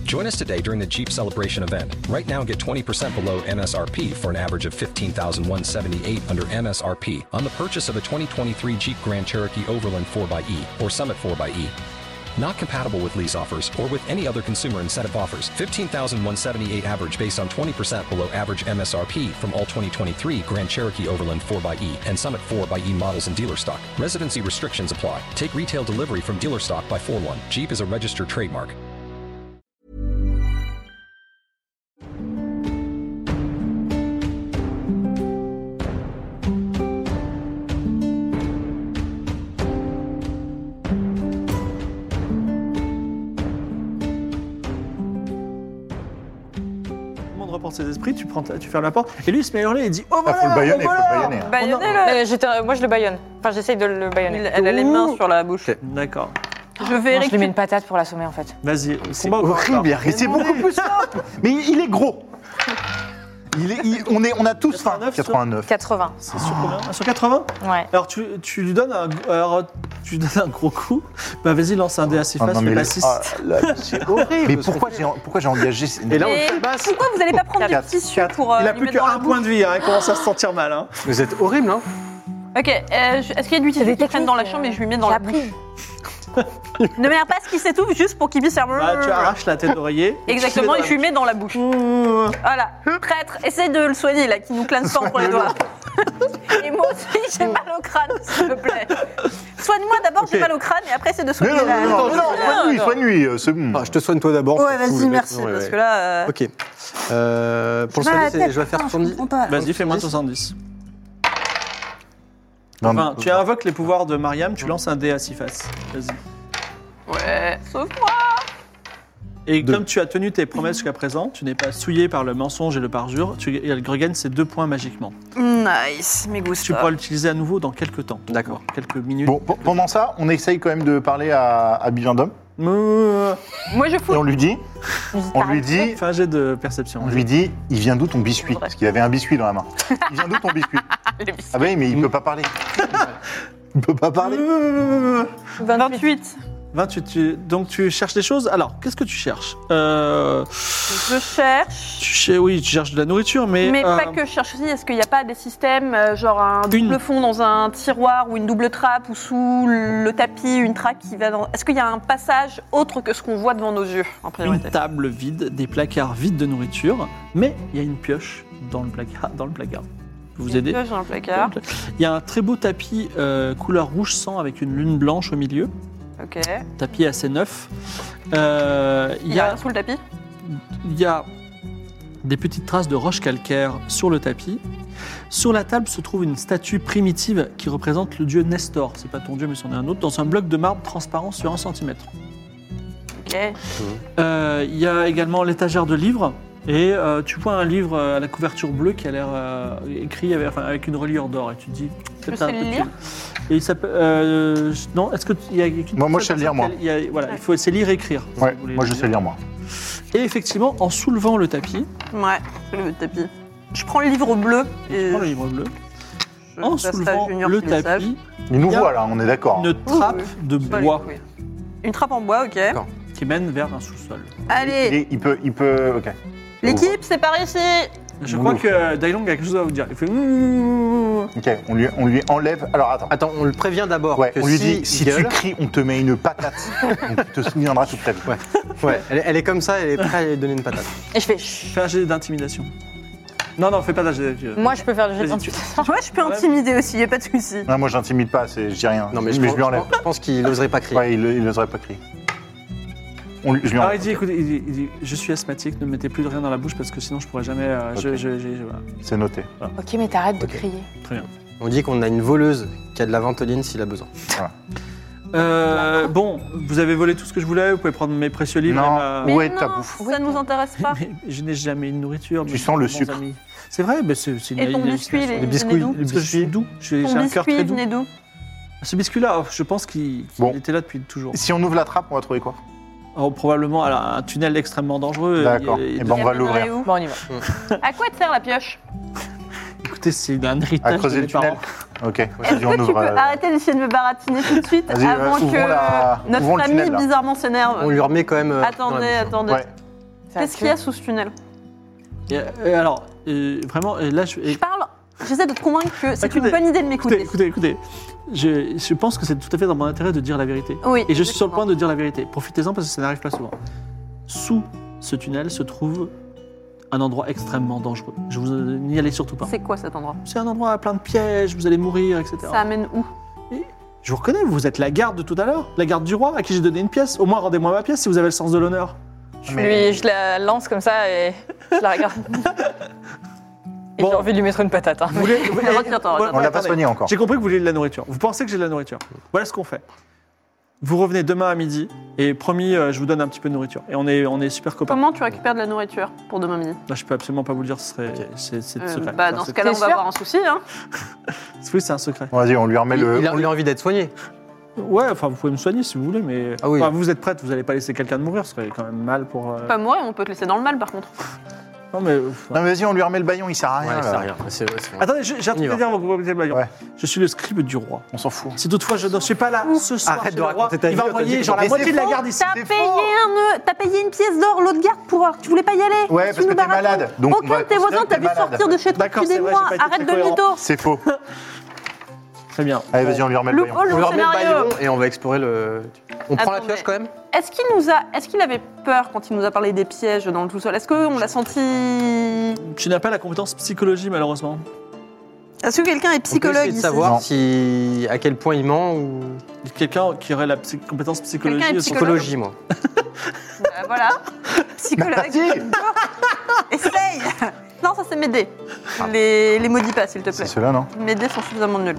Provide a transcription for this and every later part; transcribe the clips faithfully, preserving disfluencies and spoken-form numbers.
Join us today during the Jeep Celebration event. Right now, get twenty percent below M S R P for an average of fifteen thousand one hundred seventy-eight dollars under M S R P on the purchase of a twenty twenty-three Jeep Grand Cherokee Overland four by E or Summit four by E. Not compatible with lease offers or with any other consumer incentive offers. fifteen thousand one hundred seventy-eight dollars average based on twenty percent below average M S R P from all twenty twenty-three Grand Cherokee Overland four by E and Summit four by E models in dealer stock. Residency restrictions apply. Take retail delivery from dealer stock by four one. Jeep is a registered trademark. Ses esprits, tu, prends ta- tu fermes la porte, et lui il se met à hurler et il dit oh Ah, voilà, faut le baïonner, oh, faut voilà. le baïonner. hein. Baïonnez-le. Euh, j'étais- moi, je le baïonne. Enfin, j'essaye de le baïonner. Elle a les mains sur la bouche. Ok. D'accord, Je vais Non, je lui mets récupérer. une patate pour l'assommer, en fait. vas-y, C'est combat au corps à corps. horrible, et c'est beaucoup plus simple. Mais il est gros. Il est, il- on, est, on a tous faim. quatre-vingt-neuf, quatre-vingt-neuf. quatre-vingts. C'est sur combien Ah, sur quatre-vingts. Ouais. Alors tu, tu lui donnes un, alors, tu lui donnes un gros coup, bah vas-y lance un dé assez Ah, face, non, fais mais pas le- six. ah, là, c'est horrible. Mais pourquoi j'ai, pourquoi j'ai engagé ces- Et là, on Et le fait basse. pourquoi vous n'allez pas prendre des Quatre. tissus pour. euh, Il a lui plus mettre dans la qu'un bouche point de vie, hein, il commence à se sentir mal. Hein. Vous êtes horrible, hein. Ok, euh, je- est-ce qu'il y a du tissu des qui traîne dans la techniques, chambre et je lui mets euh, dans j'ai la appris. bouche? Ne m'énerve pas ce qui s'étouffe juste pour qu'il puisse faire. Bah, tu arraches la tête d'oreiller. Exactement, et je lui mets dans la bouche. Mmh. Voilà. Traître, essaye de le soigner là, qui nous clane pas entre les doigts. Et moi aussi, j'ai mal au crâne, s'il te plaît. Soigne-moi d'abord, j'ai Ok. mal au crâne, et après, c'est de Mais soigner non, la. non, non, non, non, soigne-lui, non. soigne-lui, euh, c'est bon. Ah, je te soigne toi d'abord. Ouais, c'est cool, vas-y, mec. merci, Ouais, parce ouais. que là. euh, Ok. Euh, pour le j'ai mal à soigner, la c'est- tête, je vais faire putain, je soixante-dix. comprends pas. Vas-y, fais-moi soixante-dix. Non, Enfin, non, tu invoques les pouvoirs de Mariam, tu lances un dé à six faces. Vas-y. Ouais, sauve-moi. Et Deux. comme tu as tenu tes promesses jusqu'à présent, tu n'es pas souillé par le mensonge et le parjure, tu elle regagne ces deux points magiquement. Nice, mes goûts. Tu pourras l'utiliser à nouveau dans quelques temps. D'accord. Quelques minutes. Bon, p- pendant ça, on essaye quand même de parler à, à Bivendum. Mouah. Moi, je Et fous. on lui dit, on lui dit, Fais un jet de perception. on lui dit, il vient d'où ton biscuit? Parce qu'il avait un biscuit dans la main. Il vient d'où ton biscuit? Ah bah oui, mais il peut pas parler. Il peut pas parler. vingt-huit. vingt-huit. Tu- donc tu cherches des choses. Alors, qu'est-ce que tu cherches euh, Je cherche. tu cher- Oui, tu cherches de la nourriture, mais... Mais euh, pas que je cherche aussi, est-ce qu'il n'y a pas des systèmes, euh, genre un Une. double fond dans un tiroir ou une double trappe ou sous le tapis, une trappe qui va dans. Est-ce qu'il y a un passage autre que ce qu'on voit devant nos yeux en une priorité? table vide, des placards vides de nourriture, mais il y a une pioche dans le placard. Dans le placard. Je peux vous aider? Une pioche dans le placard. Il y a un très beau tapis euh, couleur rouge sang avec une lune blanche au milieu. Ok. Tapis assez neuf. Euh, Il y a rien sous le tapis? Il y a des petites traces de roches calcaires sur le tapis. Sur la table se trouve une statue primitive qui représente le dieu Nestor. C'est pas ton dieu, mais c'en est un autre, dans un bloc de marbre transparent sur un centimètre. Ok. Euh, Il y a également l'étagère de livres. Et euh, tu vois un livre euh, à la couverture bleue qui a l'air euh, écrit avec, enfin, avec une reliure d'or. Et tu te dis. Je peut-être sais un le peu de- lire Et il s'appelle. euh, non, est-ce que. Il y a, Moi, moi, je sais le lire, moi. Il y a- voilà, il faut c'est lire et écrire. si Ouais, vous voulez moi je le sais lire, moi. Et effectivement, en soulevant le tapis, Ouais, je le tapis. Je prends le livre bleu et prends le livre bleu, je en passe à soulevant Junior le qui le sache. tapis, Il nous Il y a voit là, on est d'accord. une trappe oui. de Pas les bois couilles. Une trappe en bois, ok. D'accord. qui mène vers un sous-sol. Il, Allez, est- il peut, il peut, ok. l'équipe, c'est par ici. Je Ouh. crois que Dailong a quelque chose à vous dire. Il fait ouh. Ok, on lui, on lui enlève. Alors attends. Attends, on le prévient d'abord. Ouais, que on lui si dit si il gueule- tu cries, on te met une patate. Donc tu te souviendras toute ta vie. Ouais, ouais elle, est- elle est comme ça, elle est prête à lui donner une patate. Et je fais chut. Fais un jet d'intimidation. Non, non, fais pas d'âge. Moi, je peux faire le jet Vas-y, d'intimidation. Ouais, je peux intimider aussi, y a pas de souci. Non, moi j'intimide pas, c'est- je dis rien. Non, mais je, je pense, lui enlève. je pense qu'il n'oserait pas crier. Ouais, il, il n'oserait pas crier. On lui, je lui Alors enlève. il dit, écoutez, il dit, il dit, je suis asthmatique, ne me mettez plus de rien dans la bouche parce que sinon je pourrais jamais. euh, je- Ok. je- je- je- voilà. C'est noté. Ok, mais t'arrêtes de Ok. crier. Très bien. On dit qu'on a une voleuse qui a de la ventoline s'il a besoin. Euh, bon, vous avez volé tout ce que je voulais, vous pouvez prendre mes précieux livres. Non. et ma- Mais Où est non, ta bouffe ça nous intéresse pas. Mais je n'ai jamais eu de nourriture. Tu mes sens le bons sucre. amis. C'est vrai, mais c'est c'est une Et ton une biscuit, hallucination. les- Les biscuits, d'où les Parce que je suis biscuits. doux, j'ai j'ai Ton un cœur très biscuit doux. venait d'où? Ce biscuit-là, oh, je pense qu'il qu'il Bon. était là depuis toujours. Si on ouvre la trappe, on va trouver quoi? Oh, probablement alors, un tunnel extrêmement daneux. D'accord. Il- il- Eh ben, on va Elle l'ouvrir. venait où? Bon, on y va. À quoi te sert la pioche? Écoutez, c'est un héritage À creuser de le mes tunnel. parents. Ok, Est-ce vas-y, on que tu ouvre. peux euh, arrêter d'essayer de me baratiner tout de suite Vas-y, avant euh, ouvrons que la- ouvrons notre le famille tunnel, là. bizarrement s'énerve? On lui remet quand même. euh, dans la Attendez, bouche. attendez. Ouais. Qu'est-ce qu'il y a sous ce tunnel? Et, et alors, euh, vraiment, et là, je, et- Je parle, j'essaie de te convaincre que c'est Écoutez, une bonne idée de écoutez, m'écouter. écoutez, écoutez. Je, je pense que c'est tout à fait dans mon intérêt de dire la vérité. Oui. Et je suis sur le exactement. point de dire la vérité. Profitez-en parce que ça n'arrive pas souvent. Sous ce tunnel se trouve un endroit extrêmement dangereux. Je vous n'y allez surtout pas. C'est quoi cet endroit? C'est un endroit plein de pièges, vous allez mourir, et cetera. Ça amène où? Je vous reconnais, vous êtes la garde de tout à l'heure, la garde du roi à qui j'ai donné une pièce. Au moins, rendez-moi ma pièce si vous avez le sens de l'honneur. Je, Mais- lui, je la lance comme ça et je la regarde. Et Bon. j'ai envie de lui mettre une patate. hein. Vous voulez, vous voulez- Retire-toi, Voilà, On l'a pas attendez. soigné encore. J'ai compris que vous voulez de la nourriture. Vous pensez que j'ai de la nourriture. Voilà ce qu'on fait. Vous revenez demain à midi et promis, euh, je vous donne un petit peu de nourriture. Et on est, on est super copains. Comment tu récupères de la nourriture pour demain midi? Là, je peux absolument pas vous le dire, ce serait, c'est, c'est Euh, secret. bah, C'est un dans ce secret. cas-là, on T'es va sûr avoir un souci. Hein. Oui, c'est un secret. Vas-y, on lui remet Il, le. il a, il a envie d'être soigné. Ouais, enfin, vous pouvez me soigner si vous voulez, mais Ah oui. Enfin, vous êtes prête, vous n'allez pas laisser quelqu'un de mourir, ce serait quand même mal pour. euh, Pas mourir, on peut te laisser dans le mal par contre. Non, mais. Non, mais vas-y, on lui remet le baillon, il sert à rien. Ouais, c'est là. rien. C'est vrai, c'est vrai. Attendez, j'ai j'ai un On y truc à va. dire avant que vous remettiez le baillon. Ouais. Je suis le scribe du roi. On s'en fout. Si toutefois je ne suis pas là ce soir, Arrête chez de le roi, raconter ta il va vie, on t'a envoyer dit genre que- la Mais moitié c'est de la faux. garde ici. T'as C'est payé, faux. un, euh, t'as payé une pièce d'or, l'autre garde, pour. euh, Tu voulais pas y aller. Ouais, Tu parce que nous t'es baraques. malade. Donc on Aucun va de tes considérer voisins que t'a t'es vu malade. sortir de chez toi D'accord, depuis des c'est vrai, mois. j'ai pas été Arrête très de cohérent. mytho. C'est faux. Très bien. Allez, vas-y, on lui remet le baillon. Loophole On dans lui le remet le scénario. baillon et on va explorer le. On prend la Attendez. pioche quand même. Est-ce qu'il nous a, est-ce qu'il avait peur quand il nous a parlé des pièges dans le sous-sol? Est-ce qu'on l'a senti? Tu n'as pas la compétence psychologie malheureusement. Est-ce que quelqu'un est On peut psychologue essayer de ici? savoir Non. si à quel point il ment ou Quelqu'un qui aurait la psy- compétence psychologie. Quelqu'un est ou son- psychologue. psychologie moi. Bah, voilà. Psychologue. Merci. Essaye. Non, ça c'est m'aider. Les, les maudis pas, s'il te C'est plaît. ceux-là, non Mes dés sont suffisamment nuls.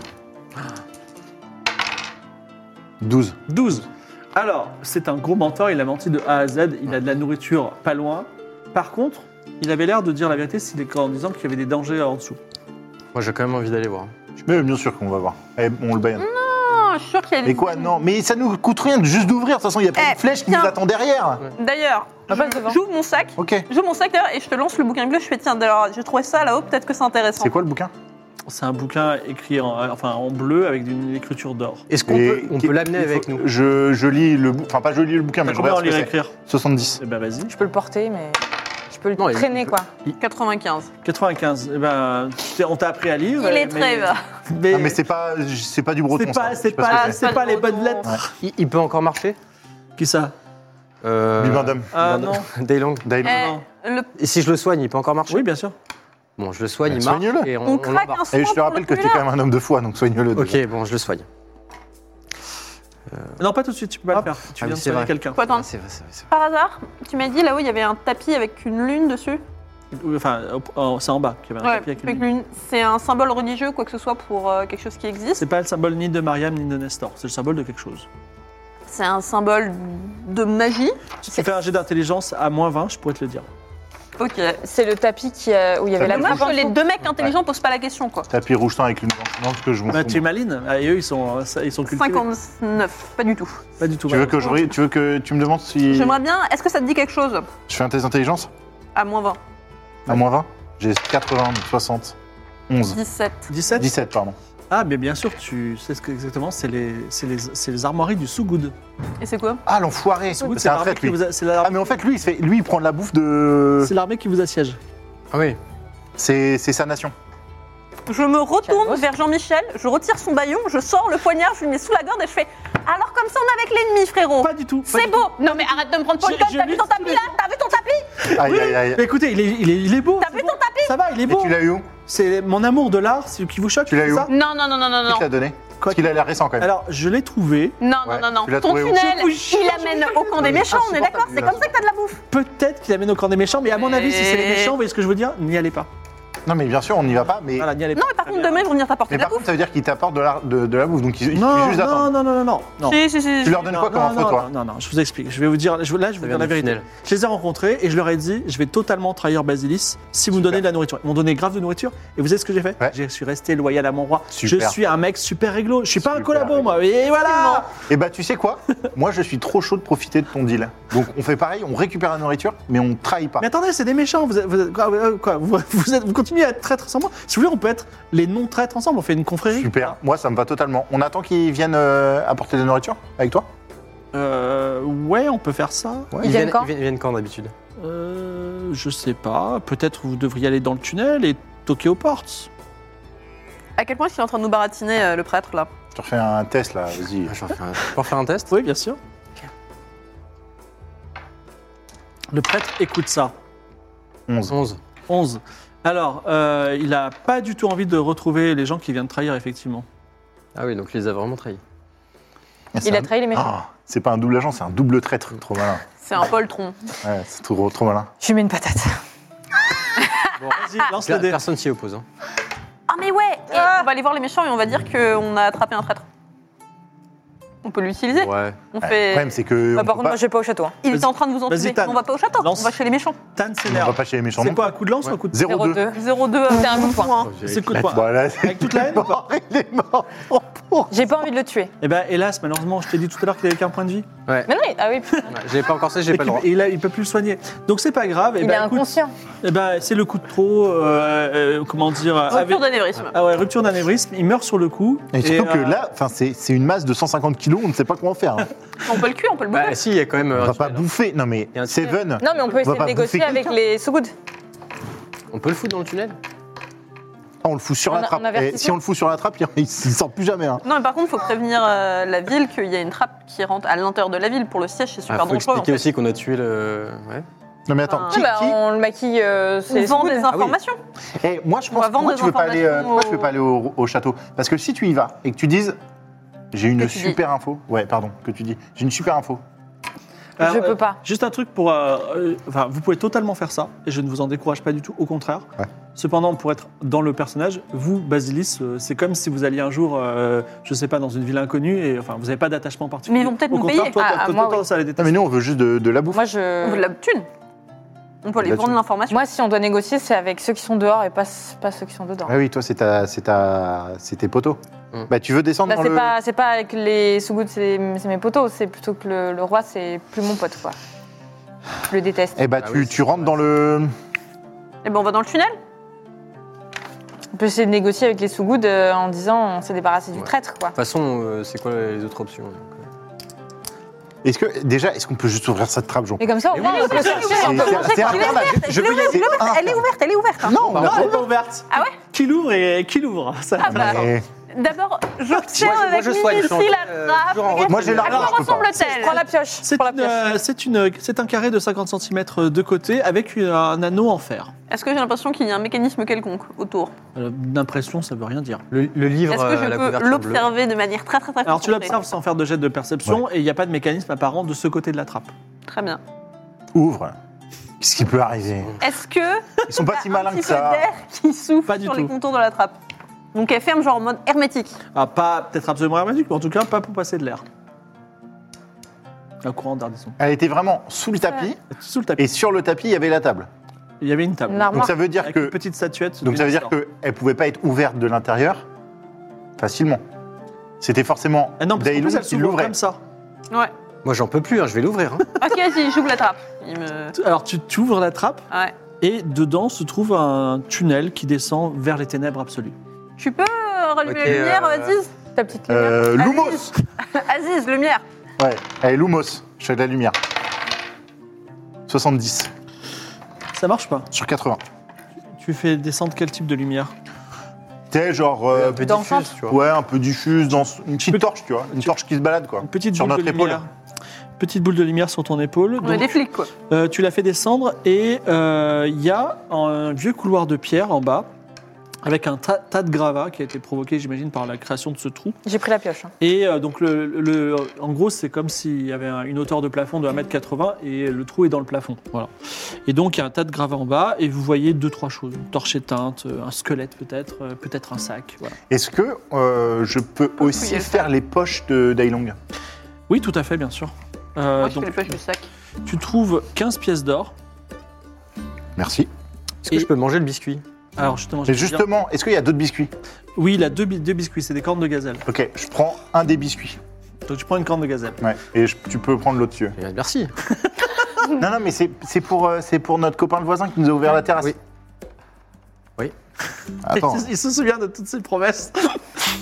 douze. douze. Alors, c'est un gros menteur, il a menti de A à Z, il a de la nourriture pas loin. Par contre, il avait l'air de dire la vérité s'il est- en disant qu'il y avait des dangers en dessous. Moi j'ai quand même envie d'aller voir. Mais bien sûr qu'on va voir. Allez, on le baillonne. Non, je suis sûre qu'il y a Mais quoi, non Mais ça nous coûte rien de juste d'ouvrir. De toute façon, il y a pas Eh, une flèche qui tiens. nous attend derrière. D'ailleurs, On passe devant. j'ouvre mon sac. Ok. J'ouvre mon sac d'ailleurs et je te lance le bouquin bleu. Je fais tiens, alors j'ai trouvé ça là-haut, peut-être que c'est intéressant. C'est quoi le bouquin C'est un bouquin écrit en, enfin, en bleu avec une écriture d'or. Est-ce qu'on Et peut, on qui- peut l'amener il faut- avec nous? je, je lis le bouquin. Enfin, pas je lis le bouquin, mais T'as je combien en regarde ce lire que c'est. écrire soixante-dix. Eh ben vas-y. Je peux le porter, mais je peux le Non, il- traîner il peut- quoi. quatre-vingt-quinze. quatre-vingt-quinze. Eh ben, tu t'es- on t'a appris à lire. Il est mais- très bas. Mais, Ah, mais c'est pas, c'est pas du breton. c'est pas, ça. c'est Je sais ce pas, que c'est c'est. pas les Pas de bonnes breton. lettres. Il, il peut encore marcher? Qui ça Euh, Du Vendôme. Ah Vendôme. non. Daylong. Daily. Eh, le- Et si je le soigne, il peut encore marcher? Oui, bien sûr. Bon, je le soigne, Mais il marche soigne-le. et on, on on craque l'embarque. un soin Et je te pour rappelle le que tu es tuer, quand même un homme de foi, donc soigne-le. déjà. Ok, bon, je le soigne. Non, pas tout de suite, tu peux pas Hop. le faire. Tu Ah viens oui, de c'est soigner vrai. quelqu'un. Faut attendre. C'est vrai, c'est vrai, c'est vrai. Par hasard, tu m'as dit là-haut il y avait un tapis avec une lune dessus. Enfin, au- en- c'est en bas qu'il y avait un Ouais, tapis avec une avec lune. lune. C'est un symbole religieux, quoi que ce soit, pour euh, quelque chose qui existe. C'est pas le symbole ni de Mariam ni de Nestor, c'est le symbole de quelque chose. C'est un symbole de magie. Si tu fais un jet d'intelligence à moins vingt, je pourrais te le dire. Ok. C'est le tapis qui a- où il y avait la Dommage trappe en que les dessous. deux mecs intelligents posent pas la question, quoi. Tapis rouge sang avec une blanche. Non, parce que je m'en Bah, fous. tu es maline, ah, et eux ils sont, euh, ils sont cultivés. cinquante-neuf, pas du tout. Pas du tout. Tu veux, voilà. que je, re- tu veux que tu me demandes si J'aimerais bien. Est-ce que ça te dit quelque chose? je fais un test d'intelligence À moins vingt. à moins vingt? J'ai quatre-vingts, soixante, onze. dix-sept. dix-sept dix-sept, pardon. Ah, mais bien sûr, tu sais ce que exactement, c'est les, c'est les, c'est les armoiries du Sougoud. Et c'est quoi? Ah, l'enfoiré Sougoud, C'est un l'armée traître, qui lui. vous a- c'est Ah, l'armée mais en fait, lui, il, se fait... lui, il prend de la bouffe de... c'est l'armée qui vous assiège. Ah oui. C'est c'est sa nation. Je me retourne Calmos. vers Jean-Michel, je retire son baillon, je sors le poignard, je lui mets sous la gorge et je fais alors comme ça on est avec l'ennemi, frérot. Pas du tout. pas C'est du beau. Non mais arrête de me prendre pour une Je- conne. je T'as vu lis ton tous tapis les là? T'as vu ton tapis? Aïe, aïe, aïe. Mais écoutez, il est, il est, il est beau. T'as vu ton tapis? Ça va, il est Et beau. tu l'as eu où C'est mon amour de l'art, c'est qui vous choque. Tu l'as c'est eu où ça Non non non non non Qui non. te l'a donné Quoi Parce qu'il a l'air récent quand même. Alors, je l'ai trouvé. Non non Ouais, non non. tu l'as Ton trouvé où tunnel, Je vous jure, il amène au camp des méchants, on est d'accord? C'est comme ça que t'as de la bouffe. Peut-être qu'il amène au camp des méchants, mais à mon avis, si c'est les Mais- méchants, vous voyez ce que je veux dire, n'y allez pas. Non, mais bien sûr, on n'y va pas. Mais, Voilà, n'y allez Non pas. mais par contre demain ils vont venir t'apporter mais de la par contre, bouffe. ça veut dire qu'il t'apporte de la, de, de la bouffe. Donc il, il Non, suffit juste non, d'attendre. non, non, non, non, non. Si si si. Tu leur donnes quoi Non, comme non, info, non, toi non, non, je vous explique. Je vais vous dire, je, là, je vais vous dire la Regarde le vérité. tunnel. Je les ai rencontrés et je leur ai dit, je vais totalement trahir Basilis si vous me Super. donnez de la nourriture. Ils m'ont donné grave de nourriture et vous savez ce que j'ai fait? Ouais. Je suis resté loyal à mon roi. Super. Je suis un mec super réglo. Je suis pas un Super collabo, moi. Et voilà. Et bah, tu sais quoi Moi, je suis trop chaud de profiter de ton deal. Donc, on fait pareil, on récupère la nourriture, mais on trahit pas. Mais attendez, c'est des méchants. Vous, êtes- vous, êtes- quoi, euh, quoi, vous, vous êtes- vous continuez à être traîtres sans moi. Si vous voulez, on peut être les non-traîtres ensemble. On fait une confrérie. Super. Moi, ça me va totalement. On attend qu'ils viennent euh, apporter de la nourriture avec toi Euh, ouais, on peut faire ça. Ouais, Ils ils, viennent viennent, quand ils viennent- ils viennent quand d'habitude? Euh, je sais pas. Peut-être vous devriez aller dans le tunnel et toquer aux portes. À quel point est-ce qu'il est en train de nous baratiner, euh, le prêtre, là? Je refais un test là, vas-y. Ah, je vais faire un... Je peux refaire un test? Oui, bien sûr. Le prêtre écoute ça. onze. onze. onze. Alors, euh, il a pas du tout envie de retrouver les gens qui viennent trahir, effectivement. Ah oui, donc il les a vraiment trahis. Ah, c'est Il a un- trahi les méchants. Ah, c'est pas un double agent, c'est un double traître. Trop malin. C'est un poltron. Ouais, c'est trop, trop malin. Je lui mets une patate. Bon, vas-y, lance le dé. Personne s'y oppose. Hein. Ah, mais ouais et On va aller voir les méchants et on va dire qu'on a attrapé un traître. On peut l'utiliser. Ouais. On Ouais, fait... Le problème, c'est que. Bah, on par peut contre, pas- moi, je vais pas au château. hein. Il était Vas-y. en train de vous Vas-y, entuber. Tan. On va pas au château, Lance. on va chez les méchants. Tan on s'énerve. va pas chez les méchants. C'est non quoi, un coup de lance ou un coup de zéro deux. zéro deux. C'est un coup de poing. C'est coup de Là, poing. voilà. Avec toute la haine ou pas? Il est mort. J'ai pas envie de le tuer. Eh ben, hélas, malheureusement, je t'ai dit tout à l'heure qu'il avait qu'un point de vie. Ouais. Mais non, il- ah oui, putain. Ouais, J'ai pas encore ça, j'ai Et pas le droit. qu'il- et il, a- il peut plus le soigner. Donc c'est pas grave. Eh il ben, est écoute, inconscient. eh ben, c'est le coup de trop. euh, euh, comment dire avec- Rupture d'anévrisme. Ah ouais, rupture d'anévrisme. Il meurt sur le coup. Et surtout que euh, là, enfin, c'est c'est une masse de cent cinquante kilos, on ne sait pas comment faire. hein. On peut le cuire, on peut le bouffer. Bah si, il y a quand même. On euh, va un pas tunnel, hein. bouffer. Non mais Il y a un Seven. Non, mais on peut va essayer pas de négocier bouffer avec quelqu'un. les so good. On peut le foutre dans le tunnel? Ah, on le fout sur On la a- trappe. on avertit Et pas. si on le fout sur la trappe, il, il sort plus jamais. hein. Non, mais par contre, il faut prévenir euh, la ville qu'il y a une trappe qui rentre à l'intérieur de la ville pour le siège, c'est Ah, super faut dangereux. expliquer en fait. aussi qu'on a tué le. Ouais. Non mais attends, Ah. qui, Ah bah, qui on le maquille. euh, On c'est vend so des good. informations. Eh, moi je On va pense vendre pourquoi des tu veux pas aller, euh, informations pourquoi tu veux au- pas aller au, au château. Parce que si tu y vas et que tu dises j'ai une Que tu dis. super info. Ouais, pardon, que tu dis. J'ai une super info. alors, Je euh, peux pas. Juste un truc pour. euh, euh, Enfin, vous pouvez totalement faire ça, et je ne vous en décourage pas du tout, au contraire. Ouais. Cependant, pour être dans le personnage, vous, Basilis, euh, c'est comme si vous alliez un jour, euh, je sais pas, dans une ville inconnue, et enfin, vous n'avez pas d'attachement particulier. Mais ils vont peut-être Au nous contraire, payer. Toi, Ah, toi, ah, toi, moi, toi, oui. ça les Non déteste. mais nous on veut juste de, de la bouffe. Moi, On veut de je. la thune. On peut aller La vendre thune. l'information. Moi, si on doit négocier, c'est avec ceux qui sont dehors et pas, pas ceux qui sont dedans. Ah oui, toi c'est ta, c'est ta, c'est tes poteaux. Mm. Bah tu veux descendre Là, dans c'est le. pas, c'est pas avec les so good, c'est c'est mes potos. C'est plutôt que le, le roi, c'est plus mon pote, quoi. Je le déteste. Eh bah Ah tu, oui, tu rentres dans le. Eh ben, on va dans le tunnel. On peut essayer de négocier avec les so good euh, en disant on s'est débarrassé du Ouais. traître, quoi. De toute façon, euh, c'est quoi les autres options donc, euh Est-ce que déjà, est-ce qu'on peut juste ouvrir cette trappe, Jean? Et comme ça, au moins, on peut C'est chercher, on c'est- peut manger, c'est quoi. infernal. Je veux y aller. Elle est ouverte, elle est ouverte, elle est ouverte. hein. Non, Non, non. elle est pas ouverte. Ah ouais Qui l'ouvre et qui l'ouvre ça- Ah bah, Mais- d'abord, j'obtiens Moi, je- moi, avec je soigne, minutie je suis la euh, trappe. toujours en Regarde, Moi, j'ai à l'argent, quoi je peux pas. ressemble-t-elle? Prends la pioche. C'est Prends la une, pioche. euh, c'est une- c'est un carré de cinquante centimètres de côté avec une- un anneau en fer. Est-ce que j'ai l'impression qu'il y a un mécanisme quelconque autour? Euh, D'impression, ça veut rien dire. le, le livre, Est-ce que euh, je la peux couverture bleue. l'observer de manière très très très Alors tu concentrée l'observes sans faire de jet de perception et il n'y a pas de mécanisme apparent de ce côté de la trappe. Très bien. Ouvre. Qu'est-ce qui peut arriver? Est-ce que Ils sont pas si malins un que petit peu ça. d'air qui souffle Pas du sur les tout. contours de la trappe? Donc elle ferme genre en mode hermétique. Ah, pas peut-être absolument hermétique, mais en tout cas pas pour passer de l'air. Un courant d'air, disons. Elle était vraiment sous le tapis Sous le tapis. et sur le tapis il y avait la table. Il y avait une table. Une armoire. Donc ça veut dire Avec que une petite statuette. donc ça veut dire d'une qu'elle pouvait pas être ouverte de l'intérieur facilement. C'était forcément Ah non, parce qu'en Dailon plus elle qui s'ouvre l'ouvrait. comme ça. Ouais. Moi, j'en peux plus, hein, je vais l'ouvrir. hein. Ok, vas-y, j'ouvre la trappe. Il me... Alors tu, tu ouvres la trappe Ouais. et dedans se trouve un tunnel qui descend vers les ténèbres absolues. Tu peux euh, rallumer Ok, la lumière, euh, Aziz? Ta petite lumière. Euh, Allez. Lumos. Aziz, lumière. Ouais, allez Lumos. Je fais de la lumière. soixante-dix Ça marche pas. sur quatre-vingts. Tu fais descendre quel type de lumière? T'es genre euh, un peu dans le diffuse, centre. tu vois. ouais un peu diffuse dans une petite peux- torche tu vois, une tu- torche qui se balade quoi. Une petite Sur boule de notre épaule. lumière. Petite boule de lumière sur ton épaule. On est Donc, des flics, quoi. euh, tu l'as fait descendre et euh, il y a un vieux couloir de pierre en bas avec un ta- tas de gravats qui a été provoqué, j'imagine, par la création de ce trou. J'ai pris la pioche. hein. Et euh, donc, le, le- en gros, c'est comme s'il y avait un- une hauteur de plafond de un mètre quatre-vingts et le trou est dans le plafond. Voilà. Et donc, il y a un tas de gravats en bas et vous voyez deux, trois choses. Une torche éteinte, euh, un squelette peut-être, euh, peut-être un sac. Voilà. Est-ce que euh, je peux aussi fouiller le faire les poches de Dailong? Oui, tout à fait, bien sûr. Euh, Moi, je donc, fais les poches du sac. tu trouves quinze pièces d'or. Merci. Est-ce que Et- je peux manger le biscuit? Alors, justement, Et je vais te dire- justement, est-ce qu'il y a d'autres biscuits? Oui, il a deux, bi- deux biscuits, c'est des cornes de gazelle. Ok, je prends un des biscuits. Donc, tu prends une corne de gazelle. Ouais. Et je- tu peux prendre l'autre dessus. Eh, Merci. non, non, mais c'est c'est pour, euh, c'est pour notre copain le voisin qui nous a ouvert la terrasse. Oui. Oui. Attends. Il se souvient de toutes ses promesses.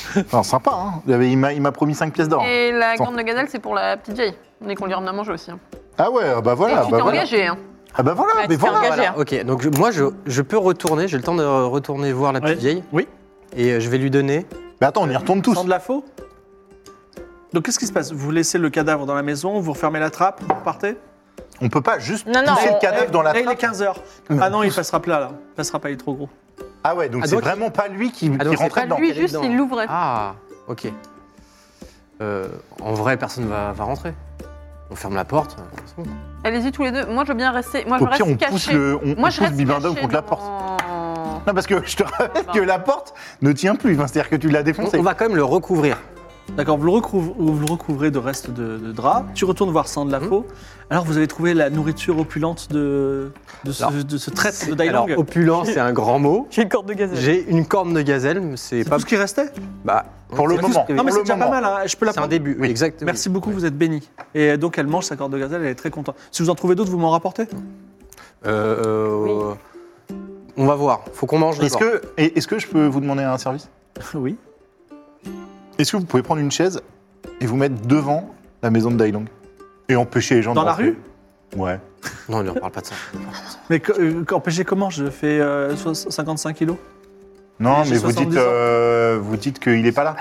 Enfin, sympa, hein. Il avait- il m'a il m'a promis cinq pièces d'or. Et la Attends. corne de gazelle, c'est pour la petite vieille. On est qu'on lui ramène à manger aussi. Hein. Ah ouais, ah bah voilà. Et tu bah t'es voilà. engagé, hein. Ah bah voilà, Ouais, mais tu t'es voilà. engagé. Voilà, ok. Donc je- moi, je, je peux retourner, j'ai le temps de retourner voir la petite Ouais. vieille. Oui. Et euh, je vais lui donner. Mais attends, on y retourne tous. Sans de la faux. Donc qu'est-ce qui se passe? Vous laissez le cadavre dans la maison, vous refermez la trappe, vous repartez? On peut pas juste Non, non, pousser on- le cadavre dans la Là, il est trappe. quinze heures. Ah non, il passera plat là. Il passera pas, il est trop gros. Ah ouais, donc Ah, c'est donc- vraiment pas lui qui, Ah, qui donc c'est rentrait pas dedans. Lui, Elle est juste, dedans. il l'ouvrait. Ah, ok. Euh, en vrai, personne va, va rentrer. On ferme la porte. c'est bon. Allez-y tous les deux. Moi, je veux bien rester. Moi, je Au reste pire, on caché. pousse, le, on, Moi, on je pousse reste Bibendum caché contre la dans- porte. Non, parce que je te rappelle que la porte ne tient plus. Enfin, c'est-à-dire que tu l'as On, défoncé. on va quand même le recouvrir. D'accord, vous le, recouvre- vous le recouvrez de reste de, de drap. Tu retournes voir Sand la faux. Alors vous avez trouvé la nourriture opulente de, de, ce, Alors, de ce traître de Alors, Dailang. opulent, c'est un grand mot. J'ai une corde de gazelle. J'ai une corne de gazelle, mais c'est C'est pas. tout ce qui restait? Bah, Pour le c'est moment. juste que- Non mais Pour c'est le déjà moment. pas mal, hein. Je peux la C'est un prendre. début, Oui. exactement. Merci beaucoup, vous êtes bénis. Et donc elle mange sa corde de gazelle, elle est très contente. Si vous en trouvez d'autres, vous m'en rapportez? Euh, euh, On va voir. Faut qu'on mange. Est-ce d'abord. que, et- est-ce que je peux vous demander un service? Oui. Est-ce que vous pouvez prendre une chaise et vous mettre devant la maison de Dailong et empêcher les gens Dans de la rentrer? rue? Ouais. Non, ne parle pas de ça. Mais que- euh, empêcher comment? Je fais euh, soix- cinquante-cinq kilos. Non, J'ai mais vous soixante-dix dites, ans. euh, vous dites qu'il est pas là.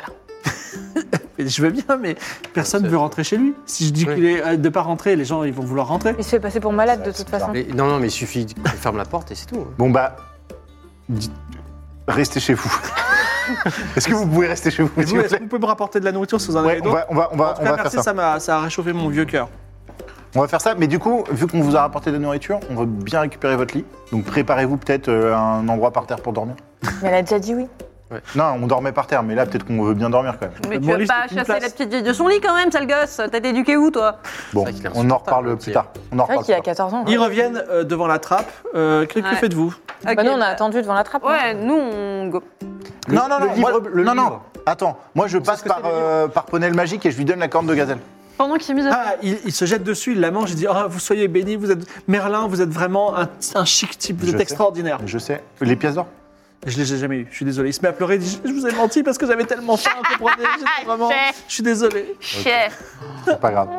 Et je veux bien, mais personne ne c'est- veut rentrer chez lui. Si je dis Oui. qu'il est euh, de pas rentrer, les gens ils vont vouloir rentrer. Il se fait passer pour malade de C'est toute façon. Mais- non, non, mais il suffit qu'on ferme la porte et c'est tout. Bon bah, dites- restez chez vous. Est-ce que vous pouvez rester chez vous, Et s'il vous, vous est-ce que plaît? vous pouvez me rapporter de la nourriture si vous en Ouais, avez on d'autres? va, on va, on En va, tout on cas, va merci, faire ça. ça m'a ça a réchauffé mon vieux cœur. On va faire ça, mais du coup, vu qu'on vous a rapporté de la nourriture, on veut bien récupérer votre lit. Donc préparez-vous peut-être euh, un endroit par terre pour dormir. Mais elle a déjà dit oui. Non, on dormait par terre, mais là peut-être qu'on veut bien dormir quand même. Mais tu Bon, vas lit, pas c'est une chasser place. la petite vieille de son lit quand même, sale gosse. T'as été éduqué où, toi? Bon, C'est vrai qu'il est on en insupportable, reparle le plus petit. tard. On en C'est vrai reparle qu'il a plus tard. quatorze ans. Ils reviennent euh, devant la trappe. Euh, que que Ouais. faites-vous? Ok, Bah nous on a bah- attendu devant la trappe. Ouais, nous, on go. Non, non, non, le moi- livre- le non, non. livre. Attends, moi je On sait passe ce que par, c'est, le euh, par Ponel Magique et je lui donne la corne de gazelle. Pendant qu'il s'est mis à... Ah, il, il se jette dessus, il la mange, il dit oh, vous soyez bénis, vous êtes Merlin, vous êtes vraiment un, un chic type, vous Je êtes sais. extraordinaire. Je sais. Les pièces d'or? Et je les ai jamais eu, je suis désolé. Il se met à pleurer, il dit je vous ai menti parce que j'avais tellement faim, comprenez, j'étais vraiment. Je suis désolé. Chef. C'est pas grave.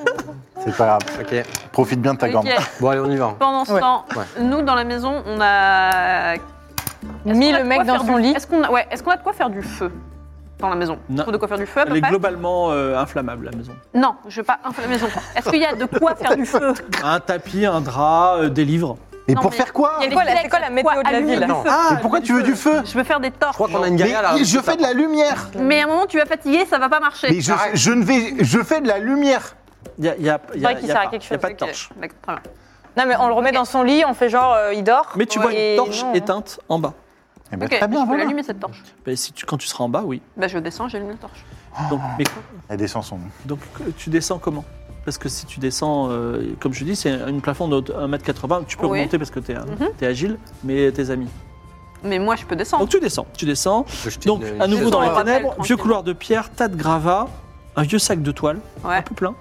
C'est pas grave. Ok. Profite bien de ta Ok. corne. Bon, allez, on y va. Pendant ce Ouais. temps, Ouais. nous, dans la maison, on a... Est-ce Mis qu'on a le de mec quoi dans faire son du- lit. Est-ce qu'on a... Ouais, est-ce qu'on a de quoi faire du feu dans la maison? Non. On trouve de quoi faire du feu, à peu Elle est près? globalement euh, inflammable la maison. Non, je veux pas inflammer la maison. Est-ce qu'il y a de quoi faire du feu? Un tapis, un drap, euh, des livres. Et Non, pour mais- faire quoi? Il y a C'est quoi les la- c'est flex, quoi la de quoi météo de la allumer ville du Non. feu. Ah, Mais pourquoi tu veux du feu? Je veux faire des torches. Je crois qu'on a une Mais guerrière là. je fais de la lumière. Mais à un moment, tu vas fatiguer, ça va pas marcher. Mais je, je ne vais, je fais de la lumière. Il y a, il y a, il y vrai a, qu'il il y a sert à pas, quelque il y a chose, pas de Ok, torche. d'accord, très bien. Non mais on le remet dans son lit, on fait genre euh, il dort. Mais tu Ouais. vois Et une torche non. éteinte en bas. Eh ben, Ok, très bien, je peux voilà. l'allumer cette torche. Ben, si tu, quand tu seras en bas, oui. Bah, je descends, j'allume la torche. Donc, mais, Elle descend son. donc tu descends comment? Parce que si tu descends, euh, comme je dis, c'est un plafond de un mètre quatre-vingts. Tu peux Oui. remonter parce que tu es, Mhm. agile, mais tes amis. Mais moi, je peux descendre. Donc tu descends, tu descends. Je peux jeter Donc une- à une nouveau chaise dans en les bas. rappelle, ténèbres, vieux tranquille. couloir de pierre, tas de gravats, un vieux sac de toile, un Ouais. peu plein.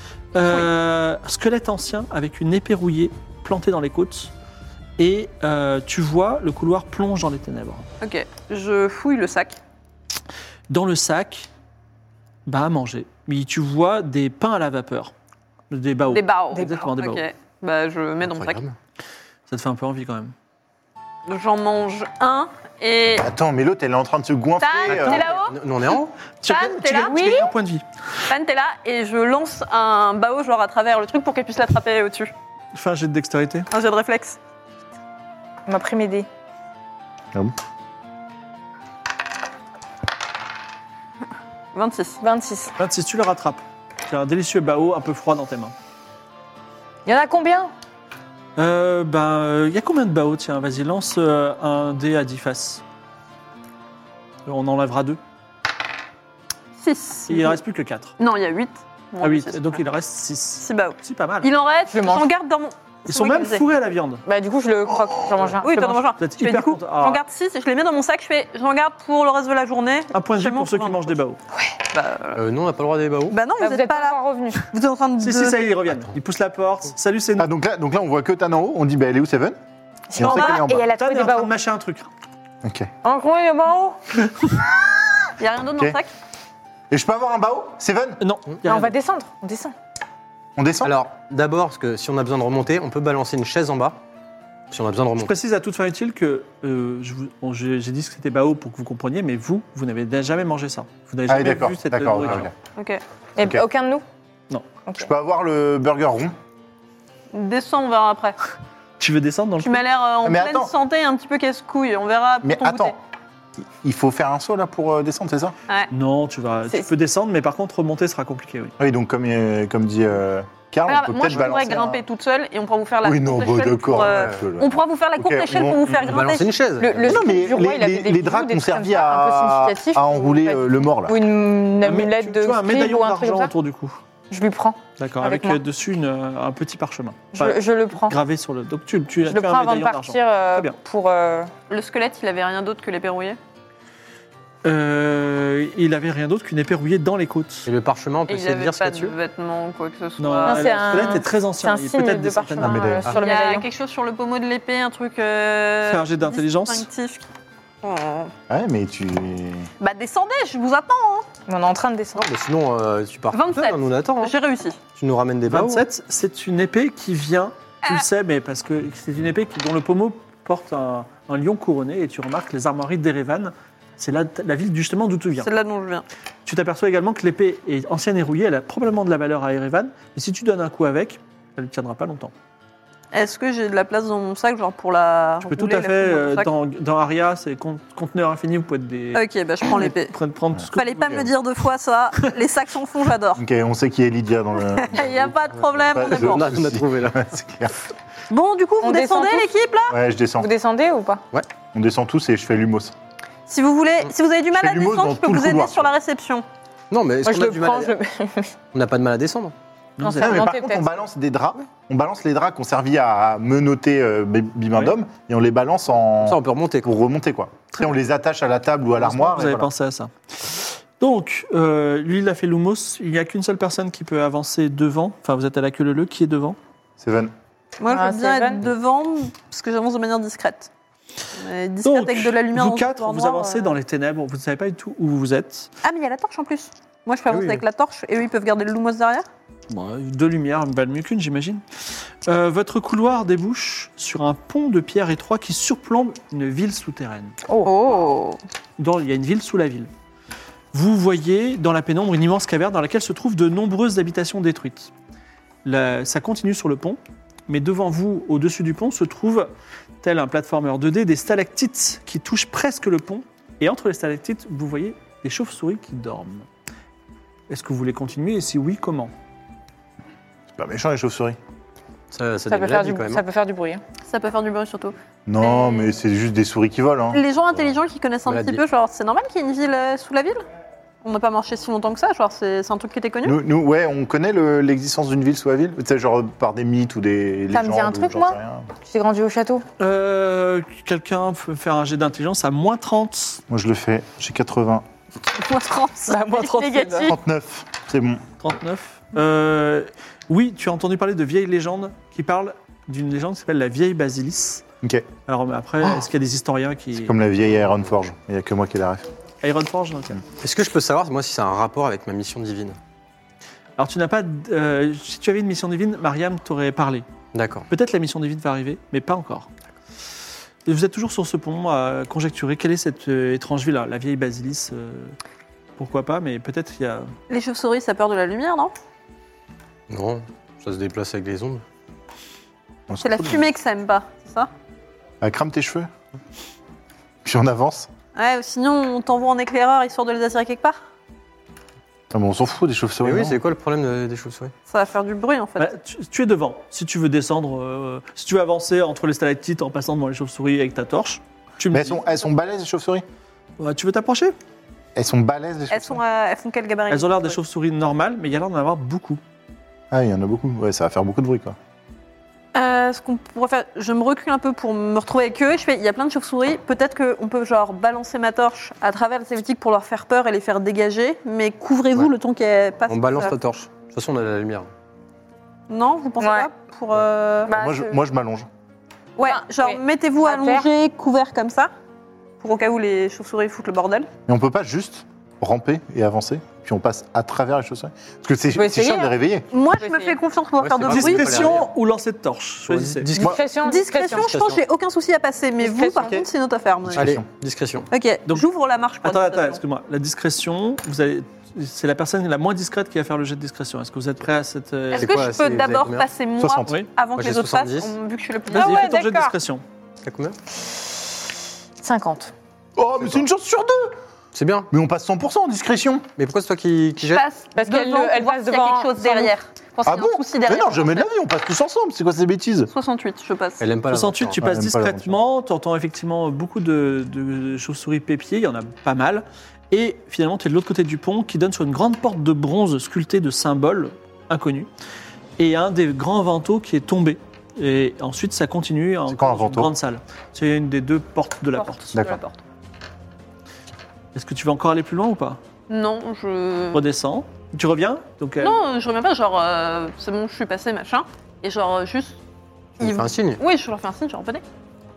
Euh, Squelette ancien avec une épée rouillée plantée dans les côtes. Et euh, tu vois, le couloir plonge dans les ténèbres. Ok, je fouille le sac. Dans le sac, bah à manger. Mais tu vois des pains à la vapeur. Des baos. Des barreaux. Exactement, des baos. Ok, bah, je mets dans mon sac. Incroyable. Ça te fait un peu envie quand même. J'en mange un et... Attends, mais l'autre, elle est en train de se goinfrer. Tan, euh. t'es là-haut? Nous, on est en haut. Tu Tan, gagnes- t'es tu là? gagnes- Oui. tu gagnes un point de vie. Fan, t'es là et je lance un bao genre à travers le truc pour qu'elle puisse l'attraper au-dessus. Fais un jet de dextérité. Un jet de réflexe. On m'a pris mes dés. vingt-six. vingt-six. vingt-six, tu le rattrapes. C'est un délicieux bao un peu froid dans tes mains. Il y en a combien? Euh, ben, il y a combien de bao? Tiens, vas-y, lance euh, un dé à dix faces. On enlèvera deux. six. Il ne reste plus que quatre. Non, il y a huit. Ah oui, donc il en reste six. six bao. C'est pas mal. Il en reste, Je le mange. j'en garde dans mon... Ils c'est sont moi qui même le faisais. fourrés à la viande. Bah du coup je le croque, j'en mange un. Oui, Je t'en le manges un. Vous êtes Je fais, hyper du coup, content. Ah. j'en garde six et je les mets dans mon sac. Je fais, j'en garde pour le reste de la journée. Un point de vie Seulement pour ceux qui pour mangent des bao. Bah, euh, Euh, non, on n'a pas le droit des baos. bah non, Bah, vous êtes pas là. encore revenus. Vous êtes en train de... Si, si, ça y est, ils reviennent. Ils poussent la porte. Salut, c'est nous. Ah, donc là, donc là, on voit que Tan en haut. On dit, bah, elle est où Seven? Et on En sait qu'elle est bas en et bas. elle a Tan trouvé est des en train de baos. mâcher un truc. Ok. Encore il est en haut. Il y a rien d'autre Ok. dans le sac? Et je peux avoir un bao, Seven? Non, y a Non, rien. on va descendre, on descend. On descend? Alors, d'abord, parce que si on a besoin de remonter, on peut balancer une chaise en bas. Si on a besoin de Je remonter. précise à toute fin utile que euh, je vous- bon, j'ai j'ai dit que c'était Bao pour que vous compreniez, mais vous, vous n'avez jamais mangé ça. Vous n'avez Ah oui, jamais d'accord. vu cette D'accord, ok, nourriture. ok. Ok. Et Ok. aucun de nous? Non. Ok. Je peux avoir le burger rond? Descends, on verra après. Tu veux descendre dans le Tu m'as l'air euh, en Mais pleine attends. santé, un petit peu casse-couille. On verra pour Mais ton attends, goûter. il faut faire un saut là pour euh, descendre, c'est ça? Non, tu, vas, tu C'est- peux descendre, mais par contre, remonter sera compliqué, oui. Oui, donc comme, euh, comme dit euh, Karl, Regarde, on peut moi, peut-être je pourrais balancer. grimper un- toute seule et on pourra vous faire la Oui, non, courte bah, échelle d'accord. pour, euh, ouais, On pourra vous faire la courte Ok, échelle on- pour vous faire On va balancer grimper. une chaise. Le, le Non, mais du roi, les, il avait les- des les bijoux, draps des qui ont trucs comme servi ça, un peu à, significatifs, à ou enrouler pas euh, du le mort là. tout. Ou une Un mé- amulette tu, de tu vois un scribe médaillon ou un truc d'argent comme ça. autour du cou. Je lui prends. D'accord, Avec avec, moi. euh, dessus une, euh, un petit parchemin. Je, Enfin, je le prends. gravé sur le. Donc tu, tu, Je tu le as prends un avant de médaillon d'argent. partir euh, Très bien. pour. euh, Le squelette, il avait rien d'autre que l'épée rouillée. Euh, il avait rien d'autre qu'une épée rouillée dans les côtes. Et le parchemin, on peut Et il essayer de avait lire ce qu'il y pas a de dessus. vêtements ou quoi que ce soit. Non, Non, le c'est un- squelette est très C'est ancien. un il y a signe peut-être de des centaines parchemin d'années. euh, Ah. sur le Il y a médaillon. quelque chose sur le pommeau de l'épée, un truc. Euh, Fais un jet d'intelligence. distinctif. Oh. Ouais, mais tu. Bah descendez, je vous attends. Hein. On est en train de Non, descendre. mais sinon, euh, tu pars vingt-sept. toute seule, hein, nous on attend. hein. J'ai réussi. Tu nous ramènes des baos. vingt-sept, c'est une épée qui vient, tu le sais, mais parce que c'est une épée qui, dont le pommeau porte un, un lion couronné, et tu remarques les armoiries d'Erevan. C'est la, la ville justement d'où tu viens. C'est là dont je viens. Tu t'aperçois également que l'épée est ancienne et rouillée, elle a probablement de la valeur à Erevan, mais si tu donnes un coup avec, elle ne tiendra pas longtemps. Est-ce que j'ai de la place dans mon sac, genre pour la. Tu peux tout rouler, à la fait, foutre dans mon euh, sac dans, dans Aria, c'est con- conteneur infini, vous pouvez être des... Ok, bah je prends l'épée. Prendre, prendre ce que Fallait vous pas me voulez. le dire deux fois ça. Les sacs s'en font, j'adore. Ok, on sait qui est Lydia dans le. Il n'y a pas de problème, on est je- bon. On a, on a trouvé là. Ouais, c'est clair. Bon, du coup, vous On descend descendez tous l'équipe là? Ouais, je descends. Vous descendez ou pas? On descend tous et je fais l'humos. Si vous voulez, si vous avez du mal fais à l'humos descendre, dans je peux tout le vous aider couloir, sur la réception. Non, mais est-ce Moi, je qu'on a le du prends. mal Je à... le- On n'a pas de mal à descendre. Non, Non, c'est- c'est- Ah, mais par monter, contre, on peut-être. balance des draps. On balance les draps qui ont servi à menotter euh, Bi- Bimendum et on les balance en. Ça, on peut remonter. quoi. pour remonter quoi. Après, on les attache à la table ou à l'armoire. Vous et avez voilà. pensé à ça. Donc, euh, lui, il a fait Lumos. Il n'y a qu'une seule personne qui peut avancer devant. Enfin, vous êtes à la queue leu qui est devant. Seven. Moi, Ah, je veux bien Seven. être devant parce que j'avance de manière discrète. Mais discrète Donc, avec de la lumière vous dans ce quatre, couloir vous noir, avancez euh. dans les ténèbres. Vous ne savez pas du tout où vous êtes. Ah, mais il y a la torche en plus. Moi, je peux avancer oui, avec oui. la torche et eux, ils peuvent garder le lumos derrière. Bon, euh, deux lumières valent mieux qu'une, j'imagine. Euh, votre couloir débouche sur un pont de pierre étroit qui surplombe une ville souterraine. Oh. Dans- il y a une ville sous la ville. Vous voyez dans la pénombre une immense caverne dans laquelle se trouvent de nombreuses habitations détruites. La- ça continue sur le pont, mais devant vous, au-dessus du pont, se trouve, tel un platformer deux D, des stalactites qui touchent presque le pont. Et entre les stalactites, vous voyez des chauves-souris qui dorment. Est-ce que vous voulez continuer et si oui, comment? C'est pas méchant les chauves-souris. Ça, ça, Ça des peut, faire maladies, du, quand même. ça peut faire du bruit. hein. Ça peut faire du bruit surtout. Non, Mais- mais c'est juste des souris qui volent. Hein. Les gens intelligents qui connaissent un Maladie. petit peu, genre, c'est normal qu'il y ait une ville euh, sous la ville? On n'a pas marché si longtemps que ça, genre, c'est c'est un truc qui était connu? Nous, nous, ouais, on connaît le- l'existence d'une ville sous la ville. Tu sais, genre par des mythes ou des Ça me légendes. dit un ou truc, j'en moi sais rien. J'ai grandi au château. Euh, Quelqu'un peut faire un jet d'intelligence à moins trente. Moi, je le fais. J'ai quatre-vingts. Moins trente. Bah, moins trente, c'est Négatif. trente-neuf. C'est bon. trente-neuf. Euh, oui, tu as entendu parler de vieilles légendes qui parlent d'une légende qui s'appelle la vieille Basilis. Ok. Alors mais après, Oh. est-ce qu'il y a des historiens qui... C'est comme la vieille Ironforge. Il n'y a que moi qui la ref. Ironforge, ok. Est-ce que je peux savoir, moi, si c'est un rapport avec ma mission divine? Alors tu n'as pas... d- euh, si tu avais une mission divine, Mariam t'aurait parlé. D'accord. Peut-être la mission divine va arriver, mais pas encore. Et vous êtes toujours sur ce pont à conjecturer quelle est cette euh, étrange ville, la vieille Basilis. euh, pourquoi pas, mais peut-être il y a... Les chauves-souris, ça a peur de la lumière, non? Non, ça se déplace avec les ondes. On C'est la s'en fout, fumée que ça aime pas, c'est ça? Ah, crame tes cheveux. Puis on avance. Ouais, ou sinon on t'envoie en éclaireur histoire de les attirer quelque part. Ah, mais on s'en fout des chauves-souris. Mais oui, non c'est quoi le problème de- des chauves-souris? Ça va faire du bruit en fait. Bah, tu, tu es devant. Si tu veux descendre, euh, si tu veux avancer entre les stalactites en passant devant les chauves-souris avec ta torche, tu me Mais elles dis. sont, elles sont balèzes, les chauves-souris. Ouais, tu veux t'approcher? Elles sont balèzes, les Elles, chauves-souris. sont, euh, elles font quel gabarit? Elles ont l'air des chauves-souris normales, mais il y a l'air d'en avoir beaucoup. Ah, il y en a beaucoup. Ouais, ça va faire beaucoup de bruit, quoi. Euh, ce qu'on pourrait faire, je me recule un peu pour me retrouver avec eux. Je fais, il y a plein de chauves-souris. Peut-être qu'on peut genre balancer ma torche à travers les helvétiques pour leur faire peur et les faire dégager. Mais couvrez-vous Ouais. le temps qu'elles passent. On balance ça. la torche. De toute façon, on a la lumière. Non, vous pensez Ouais. pas pour euh, Bah, moi, je, je- moi, je m'allonge. Ouais, Enfin, genre oui. mettez-vous À terre. allongés, couverts comme ça, pour au cas où les chauves-souris foutent le bordel. Mais on peut pas juste ramper et avancer, puis on passe à travers les chaussures. Parce que c'est Faut c'est chiant essayer, de les hein. réveiller. Moi, peut je me essayer. fais confiance pour Ouais, faire c'est de pas- bruit. Discrétion ou lancer de torche, choisissez. Discrétion. Discrétion, je pense que j'ai aucun souci à passer, mais vous, Discrétion. par contre, c'est notre affaire. à mon avis. Allez, discrétion. Ok, Donc- j'ouvre la marche pour Attends, attends, discrétion. excuse-moi. La discrétion, vous allez... c'est la personne la moins discrète qui va faire le jet de discrétion. Est-ce que vous êtes prêt à cette... euh, Est-ce C'est que quoi, je c'est- peux vous d'abord avez combien passer moi soixante. Oui. avant Moi, que j'ai les autres passent, soixante-dix. on- vu que je suis le plus Vas-y, Ah ouais, fais ton jet de d'accord. discrétion. T'as combien cinquante. Oh, mais c'est une chance sur deux. C'est bien. Mais on passe cent pour cent en discrétion. Mais pourquoi c'est toi qui, qui Je jette passe Parce qu'elle devant le- elle pour voir passe s'il y a devant quelque chose sans derrière. Je pense Ah qu'il y bon a un souci Mais derrière. non, jamais de la vie, on passe tous ensemble. C'est quoi ces bêtises soixante-huit, je passe. Elle aime pas la soixante-huit, tu Ouais, passes j'aime pas l'aventure. discrètement, tu entends effectivement beaucoup de, de chauves-souris pépier, il y en a pas mal. Et finalement, tu es de l'autre côté du pont qui donne sur une grande porte de bronze sculptée de symboles inconnus. Et un des grands vantaux qui est tombé. Et ensuite, ça continue en C'est quoi un dans une vantau grande salle. C'est une des deux portes de la porte. de la D'accord. porte. Est-ce que tu veux encore aller plus loin ou pas Non, je. Redescends. Tu reviens donc, euh, Non, je reviens pas, genre, euh, c'est bon, je suis passé, machin. Et genre, euh, juste. Tu me ils- fais un signe. Oui, je leur fais un signe, genre, venez.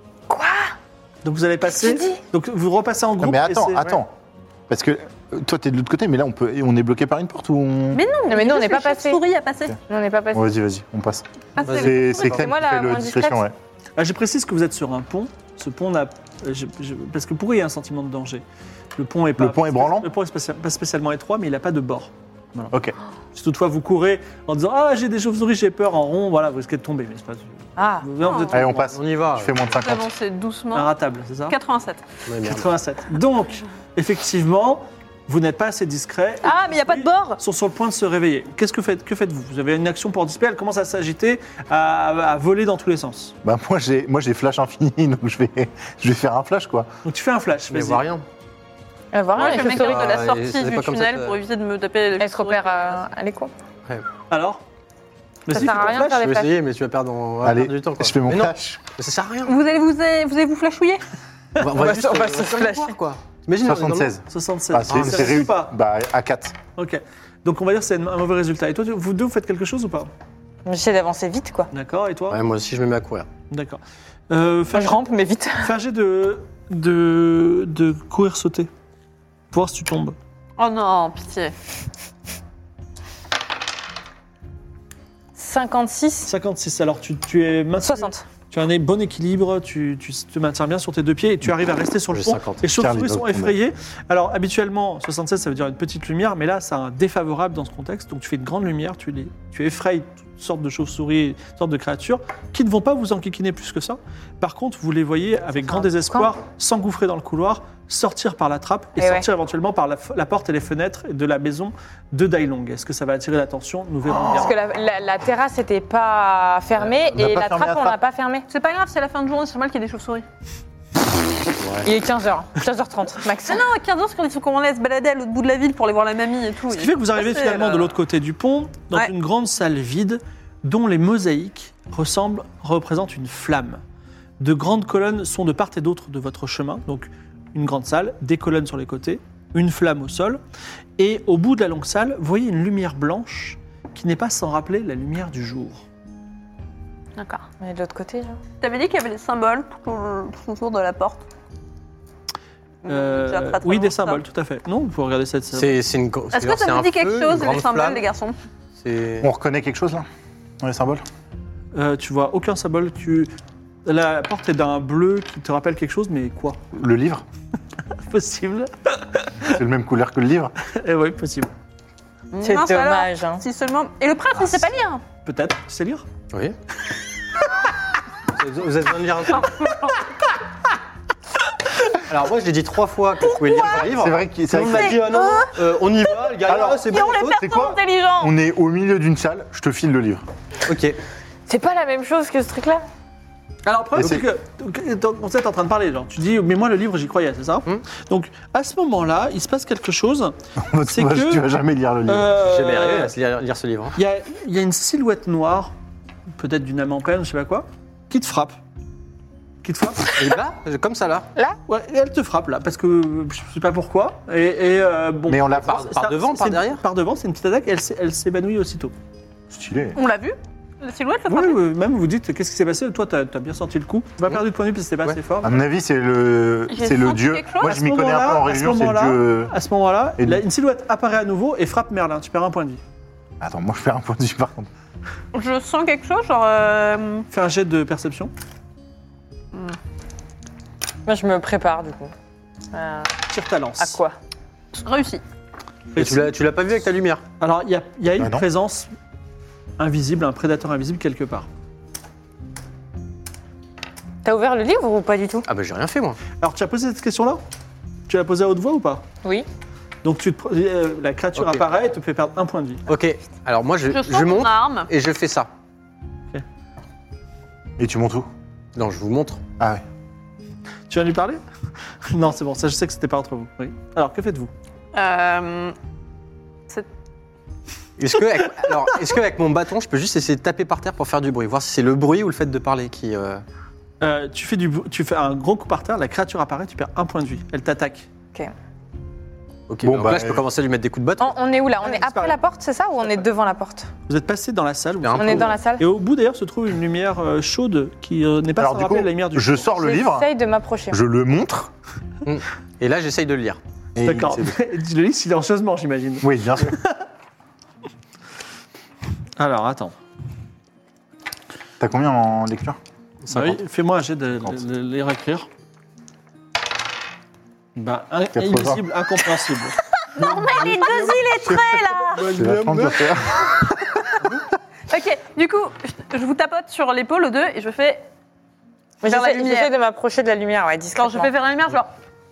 donc vous allez passer. Donc vous repassez en Non, groupe. mais et attends, c'est- attends. Parce que euh, toi, t'es de l'autre côté, mais là, on, peut, on est bloqué par une porte ou on... Mais non, Non, mais nous, on n'est pas passé. passé. souris à passer. On n'est pas passé. Bon, vas-y, vas-y, on passe. Passer Vas-y. avec C'est les c'est souris. Crème moi qui la fait le moins discrétion, ouais. Ah, je précise que vous êtes sur un pont. Ce pont n'a. euh, je- je- parce que pourquoi il y a un sentiment de danger Le pont est pas. Le pont est branlant Le pont est spécial- pas spécialement étroit, mais il n'a pas de bord. Ok. Si toutefois vous courez en disant ah j'ai des chauves-souris, j'ai peur en rond, voilà, vous risquez de tomber. Mais c'est pas. Ah. Non, vous êtes Allez, on passe. On y va. Je fais moins de cinquante. Avancer doucement. inratable, c'est ça quatre-vingt-sept. Ouais, merde. quatre-vingt-sept. Donc, effectivement, vous n'êtes pas assez discret. Ah, mais il n'y a pas de bord. Ils sont sur le point de se réveiller. Qu'est-ce que faites Que faites-vous Vous avez une action pour anticiper, elle commence à s'agiter, à, à voler dans tous les sens. Bah, moi, j'ai moi, j'ai flash infini, donc je vais, je vais faire un flash, quoi. Donc tu fais un flash, Mais vas-y. voit rien. Elle va voir Moi, les je vais chauves-souris. m'écarter de la Ah, sortie et c'est du pas comme ça tunnel que- pour éviter de me taper les Elle se repère à, à l'écho. Alors Ça Vas-y, sert fais à ton rien flash. de faire Je les vais flashs. essayer, mais tu vas perdre, en... va Allez, perdre du temps. Quoi. je fais mon mais non, flash. mais ça sert à rien. Vous allez vous, vous allez vous flashouiller On va, on va va se- juste on va on se va flasher. voir, quoi. Imagine, on est dans le- soixante-seize. soixante-sept. Ah, c'est Ah, c'est réussi ou réussi. pas Bah, à quatre. Ok. Donc on va dire que c'est un mauvais résultat. Et toi, tu- vous deux, vous faites quelque chose ou pas J'essaie d'avancer vite, quoi. D'accord, et toi Ouais, moi aussi, je me mets à courir. D'accord. Euh, fais Moi, je rampe, mais vite. fais un jet de, de, de courir sauter. Pour voir si tu tombes. Oh non, pitié. cinquante-six, cinquante-six. Alors tu, tu es maintenu- soixante. Tu as un bon équilibre, tu, tu te maintiens bien sur tes deux pieds et tu arrives à rester sur le J'ai pont. cinquante. Les chauves-souris Charlie sont Dog, effrayées. Alors habituellement, soixante-seize ça veut dire une petite lumière, mais là c'est un défavorable dans ce contexte. Donc tu fais une grande lumière, tu, les, tu effrayes toutes sortes de chauves-souris, toutes sortes de créatures qui ne vont pas vous enquiquiner plus que ça. Par contre, vous les voyez avec grand un désespoir s'engouffrer dans le couloir, sortir par la trappe et Eh sortir éventuellement par la, la porte et les fenêtres de la maison de Dailong. Est-ce que ça va attirer l'attention Nous verrons bien. Parce que la, la- la terrasse n'était pas fermée On n'a et pas la fermé trappe, la on l'a trappe. pas fermée. C'est pas grave, c'est la fin de journée, c'est normal qu'il y ait des chauves-souris. Il est quinze heures. quinze heures trente, max. Ah non, à quinze heures, c'est quand il faut qu'on laisse balader à l'autre bout de la ville pour aller voir la mamie et tout. Ce qui fait que vous arrivez Ça, c'est, finalement de euh, l'autre côté du pont, dans Ouais. une grande salle vide, dont les mosaïques ressemblent, représentent une flamme. De grandes colonnes sont de part et d'autre de votre chemin, donc une grande salle, des colonnes sur les côtés, une flamme au sol, et au bout de la longue salle, vous voyez une lumière blanche qui n'est pas sans rappeler la lumière du jour. D'accord. On est de l'autre côté, là. T'avais dit qu'il y avait des symboles tout, au- tout autour de la porte. Euh, Déjà très, très oui, loin, des ça. symboles, tout à fait. Non, vous pouvez regarder cette salle. C'est c'est une. gro- Est-ce c'est- que ça c'est vous un dit quelque feu, chose, une les grande symboles, flamme. les garçons C'est. On reconnaît quelque chose, là dans les symboles Euh, tu vois aucun symbole. Tu... La porte est d'un bleu qui te rappelle quelque chose, mais quoi Le livre Possible. C'est le même couleur que le livre Eh oui, possible. C'est Mince, alors. dommage. Hein. Si seulement. Et le prêtre, il sait pas lire. Peut-être. Tu sais lire Oui. Vous avez- Vous avez besoin de lire un truc Alors moi je l'ai dit trois fois que je pouvais lire un livre. C'est vrai qu'il c'est On vrai m'a que- dit ah non, non, euh, on y va, les gars, Alors, ah, c'est Et bon. on les faute. perd c'est trop quoi intelligents. On est au milieu d'une salle, je te file le livre. Ok. C'est pas la même chose que ce truc-là. Alors, le problème, Mais c'est que donc, donc, on est en train de parler. Genre, tu dis, mais moi, le livre, j'y croyais, c'est ça Hmm. Donc, à ce moment-là, il se passe quelque chose. C'est Moi, que- Tu vas jamais lire le livre. Euh, J'ai jamais arrivé à se lire, lire ce livre. hein. Il y, a, il y a une silhouette noire, peut-être d'une âme en peine, je sais pas quoi, qui te frappe. Qui te frappe Et là, comme ça là. Ouais, et elle te frappe là, parce que je sais pas pourquoi. Et, et, euh, bon. Mais on l'a Par- pas. par Ça- devant, c'est par une- derrière Par devant, c'est une petite attaque, et elle, s'est- elle s'évanouit aussitôt. Stylé. On l'a vu La silhouette, le Oui, frappe. oui, même vous dites qu'est-ce qui s'est passé. Toi, t'as as bien senti le coup. Tu pas perdu de point de vue parce que c'était pas Ouais. assez fort. À mon avis, c'est le, J'ai c'est le senti dieu. quelque chose. Moi, À je ce m'y connais un peu moment-là- en à ce religion, c'est le moment-là- dieu. À ce moment-là, Et- la- une silhouette apparaît à nouveau et frappe Merlin. Tu perds un point de vie. Attends, moi, je perds un point de vue par contre. Je sens quelque chose, genre. euh, Fais un jet de perception. Moi, je me prépare du coup. Euh, Tire ta lance. à quoi Réussi. Et tu l'as tu l'as pas vu avec ta lumière? Alors, il y a, il y a une Bah non. présence invisible, un prédateur invisible quelque part. T'as ouvert le livre ou pas du tout? Ah bah j'ai rien fait moi. Alors, tu as posé cette question-là? Tu l'as posée à haute voix ou pas? Oui. Donc, tu te pr- euh, la créature Ok. apparaît et te fait perdre un point de vie. Ok, alors moi je, Je je sens mon monte arme. et je fais ça. Et tu montes où? Non, je vous montre. Ah ouais. Tu viens lui parler? Non, c'est bon, ça je sais que c'était pas entre vous. Oui. Alors, que faites-vous? Euh, Est-ce que, avec, alors, est-ce que avec mon bâton, je peux juste essayer de taper par terre pour faire du bruit, voir si c'est le bruit ou le fait de parler qui. euh, Euh, tu, fais du, bou- tu fais un gros coup par terre, la créature apparaît, tu perds un point de vie. Elle t'attaque. Ok, Bon, donc bah, là je peux euh, commencer à lui mettre des coups de bâton. On, on est où là? On Ouais, est c'est après pareil. la porte, c'est ça? Ou on est devant la porte? Vous êtes passé dans la salle. vous- Un On peu. est dans la salle? Et au bout d'ailleurs se trouve une lumière euh, chaude qui euh, n'est pas Alors, sans du rappeler coup, la lumière du je jour. sors le livre, J'essaye de m'approcher. je le montre. Et là j'essaye de le lire. et D'accord. c'est- Tu le lis silencieusement, j'imagine. Oui, bien sûr. Alors, attends. T'as combien en lecture? Bah oui, fais-moi un jet de, cinquante. de- de les réécrire. Bah, un- quatre-vingts. invisible, incompréhensible. Non, mais les deux illettrés là. C'est vachement dur à faire. Ok, du coup, je, je vous tapote sur l'épaule aux deux et je fais. Mais vers la J'essaie lumière. j'essaie de m'approcher de la lumière, ouais, Quand discrètement. je fais vers la lumière, genre.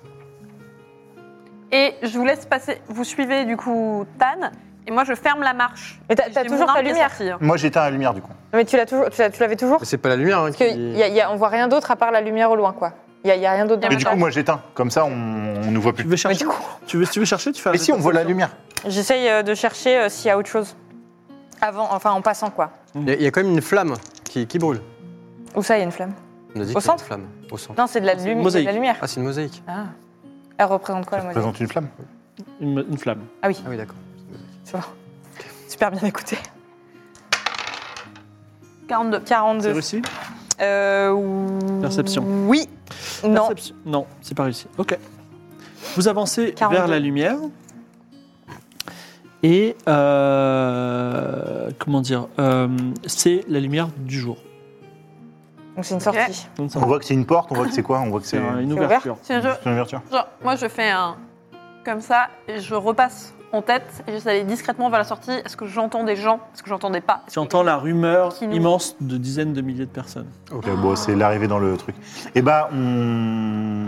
Et je vous laisse passer. Vous suivez du coup Tan et moi je ferme la marche. Mais t'as J'ai t'as mon toujours arme ta qui est lumière? sortie, hein. Moi, j'éteins la lumière du coup. Mais tu l'as toujours, tu l'as- tu l'avais toujours? Mais c'est pas la lumière hein, Parce qui. qu'on y a, y a- on voit rien d'autre à part la lumière au loin, quoi. Il y a, y a rien d'autre dans Mais la du salle. coup, moi, j'éteins. Comme ça, on ne voit Tu plus. veux chercher du coup- tu, veux, tu veux chercher tu fais un Mais jet si, de on voit la perception. lumière. J'essaye euh, de chercher euh, s'il y a autre chose. Avant, enfin en passant, quoi. Il y, a- il y a quand même une flamme qui, qui brûle. Où ça, il y a une flamme? On a dit Au qu'il y a une centre flamme. Au centre. Non, c'est de la, C'est une lumi- mosaïque. de la lumière. Ah, c'est une mosaïque. Ah. Elle représente quoi, la Ça mosaïque? présente une flamme. Une, une flamme. Ah oui, Ah oui, d'accord. c'est bon. Super bien écouté. quarante-deux. C'est quarante-deux. réussi Euh, ou- Perception. Oui. Non. Perception. Non, c'est pas réussi. Ok. Vous avancez quarante-deux. vers la lumière. Et euh, comment dire euh, c'est la lumière du jour. Donc c'est une Ok. sortie. Donc, ça On voit que c'est une porte, on voit que c'est quoi? On voit que c'est c'est un- une c'est ouverture. C'est un jeu. c'est une ouverture. Genre, moi je fais un. Comme ça et je repasse en tête et j'essaie d'aller discrètement vers la sortie. Est-ce que j'entends des gens? Est-ce que j'entendais pas? Tu entends la rumeur Qui nous- immense de dizaines de milliers de personnes. Ok, bon, c'est l'arrivée dans le truc. Et bah, on.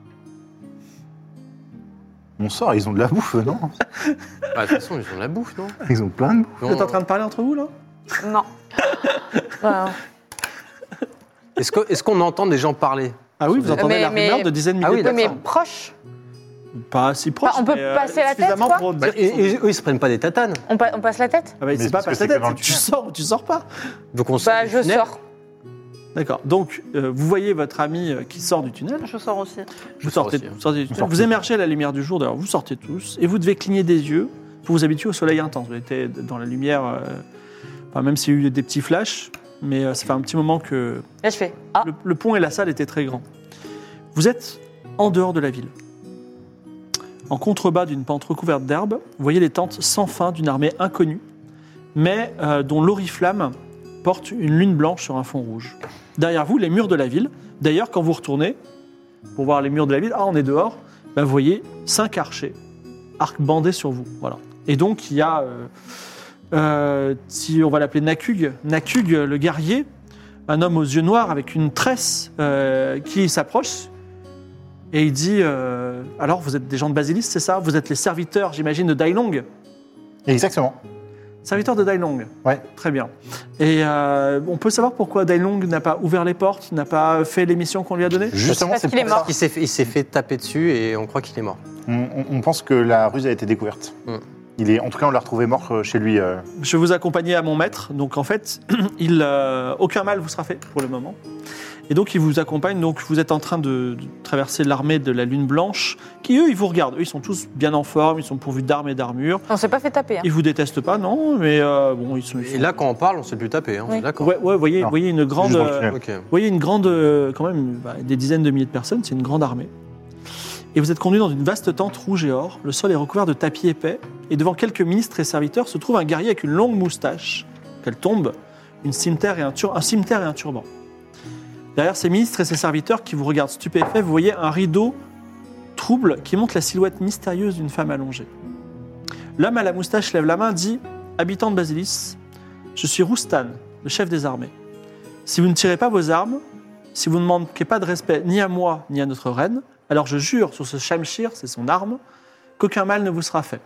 On sort, ils ont de la bouffe, non? Ah, de toute façon, ils ont de la bouffe, non? Ils ont plein de bouffe. Vous êtes en train de parler entre vous là? Non. Voilà. Est-ce que- est-ce qu'on entend des gens parler? Ah oui, vous entendez Mais- la mais- rumeur de dizaines de Ah milliers oui, de Oui, mais personnes. proche. Pas si proche. Enfin, on peut mais, euh, passer la tête, suffisamment quoi. pour Bah, dire et, qu'ils et eux, ils se prennent pas des tatanes. On, pa- on passe la tête? Ah bah, Mais c'est c'est pas parce que passer c'est la tête, que dans c'est le que tu tunnel. sors ou tu sors pas. Donc on sort Bah, du je tunnel. sors. D'accord. Donc, euh, vous voyez votre ami euh, qui sort du tunnel. Je sors aussi. Vous sors sortez, aussi, hein. vous sortez du tunnel. sort Vous tous. émergez à la lumière du jour, d'ailleurs, vous sortez tous, et vous devez cligner des yeux pour vous habituer au soleil intense. Vous étiez dans la lumière, euh, enfin, même s'il y a eu des petits flashs, mais euh, ça fait un petit moment que Là, je fais. Ah, le, le pont et la salle étaient très grands. Vous êtes en dehors de la ville. En contrebas d'une pente recouverte d'herbe, vous voyez les tentes sans fin d'une armée inconnue, mais euh, dont l'oriflamme porte une lune blanche sur un fond rouge. Derrière vous, les murs de la ville. D'ailleurs, quand vous retournez pour voir les murs de la ville, ah, on est dehors, ben, vous voyez cinq archers, arcs bandés sur vous. Voilà. Et donc, il y a, euh, euh, si on va l'appeler Nakug, Nakug, le guerrier, un homme aux yeux noirs avec une tresse euh, qui s'approche et il dit euh, alors vous êtes des gens de Basilis, c'est ça? Vous êtes les serviteurs, j'imagine, de Dailong? Exactement. Serviteurs de Dailong. Ouais. Très bien. Et euh, on peut savoir pourquoi Dailong n'a pas ouvert les portes, n'a pas fait l'émission qu'on lui a donnée? Justement, Parce c'est qu'il est pour mort. ça. Il s'est fait, il s'est fait taper dessus et on croit qu'il est mort. On, on- on pense que la ruse a été découverte. Mm. Il est, en tout cas, on l'a retrouvé mort euh, chez lui. euh. Je vais vous accompagner à mon maître, donc en fait, il, euh, aucun mal vous sera fait pour le moment. Et donc, ils vous accompagnent. Donc, vous êtes en train de, de traverser l'armée de la Lune Blanche, qui, eux, ils vous regardent. Eux, ils sont tous bien en forme, ils sont pourvus d'armes et d'armures. On s'est pas fait taper. Hein. Ils vous détestent pas, non, mais euh, bon, ils sont... Ils sont... Et là, quand on parle, on s'est plus tapé, hein, Oui. c'est d'accord. Ouais, ouais, voyez, Non. voyez une grande... Juste dans le euh, tunnel. Ok. Vous voyez une grande, euh, quand même, bah, des dizaines de milliers de personnes, c'est une grande armée. Et vous êtes conduit dans une vaste tente rouge et or. Le sol est recouvert de tapis épais. Et devant quelques ministres et serviteurs se trouve un guerrier avec une longue moustache. Qu'elle tombe, une cimetière et un, tur- un cimetière et un turban. Derrière ces ministres et ces serviteurs qui vous regardent stupéfaits, vous voyez un rideau trouble qui montre la silhouette mystérieuse d'une femme allongée. L'homme à la moustache lève la main, dit « Habitant de Basilis, je suis Roustan, le chef des armées. Si vous ne tirez pas vos armes, si vous ne manquez pas de respect ni à moi ni à notre reine, alors je jure sur ce Shamshir, c'est son arme, qu'aucun mal ne vous sera fait.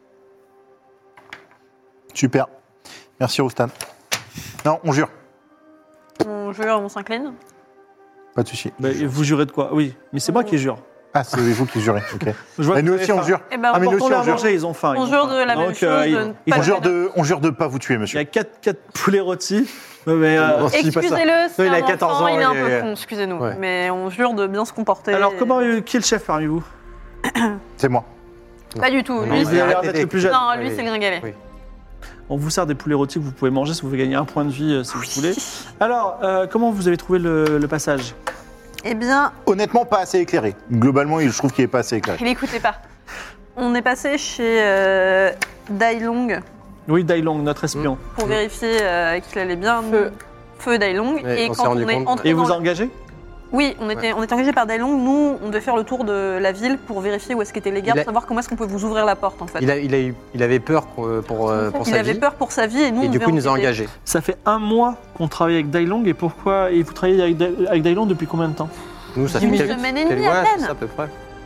Super. Merci, Roustan. Non, on jure. On jure, on s'incline. Pas de souci. Ben, et vous jurez de quoi? Oui, mais c'est moi qui jure. Ah, c'est vous qui jurez. Ok. Je vois Et que nous vous aussi, avez on faim. jure. Eh ben, Ah, mais nous on aussi, Pour on les jure. manger, ils ont faim. On ils ont jure faim. de la même Donc, chose, euh, de ils- ne ils pas On ont- jure de, on jure de pas vous tuer, Il y monsieur. a quatre, quatre poulets rôtis. Mais, euh, Oh, si, pas ça. Excusez-le, c'est il a un quatorze enfant, ans, il est un et- peu con, excusez-nous. Ouais. Mais on jure de bien se comporter. alors, comment, euh, qui est le chef parmi vous? C'est moi. Pas du tout. Non, Lui, Vous mais avez l'air arrêtez d'être le plus jeune. non, lui Oui. c'est le gringalet. Oui. On vous sert des poulets rôtis que vous pouvez manger si vous voulez gagner un point de vie euh, si vous voulez. Alors, euh, comment vous avez trouvé le, le passage? Eh bien, Honnêtement, pas assez éclairé. Globalement, je trouve qu'il est pas assez éclairé. il écoutait pas. On est passé chez euh, Dai Long Oui, Dai Long, notre espion. pour vérifier euh, qu'il allait bien. Feu. Feu Dai Long. Ouais, et on s'est quand rendu on est compte. entré Et dans vous le- engagez? Oui, on était, on était engagé par Dai Long. Nous, on devait faire le tour de la ville pour vérifier où est-ce qu'étaient les gardes, Il a- savoir comment est-ce qu'on peut vous ouvrir la porte en fait. Il, a, il, a eu- il avait peur pour, pour, euh, pour Il sa avait vie. peur pour sa vie et nous Et on du devait coup, il nous a enquêter. engagés. Ça fait un mois qu'on travaille avec Dai Long et pourquoi et vous travaillez avec, Dai- avec Dai Long depuis combien de temps? Nous, ça Une fait quelques semaine et demie quelques- à ouais, peine. c'est ça, à peu près.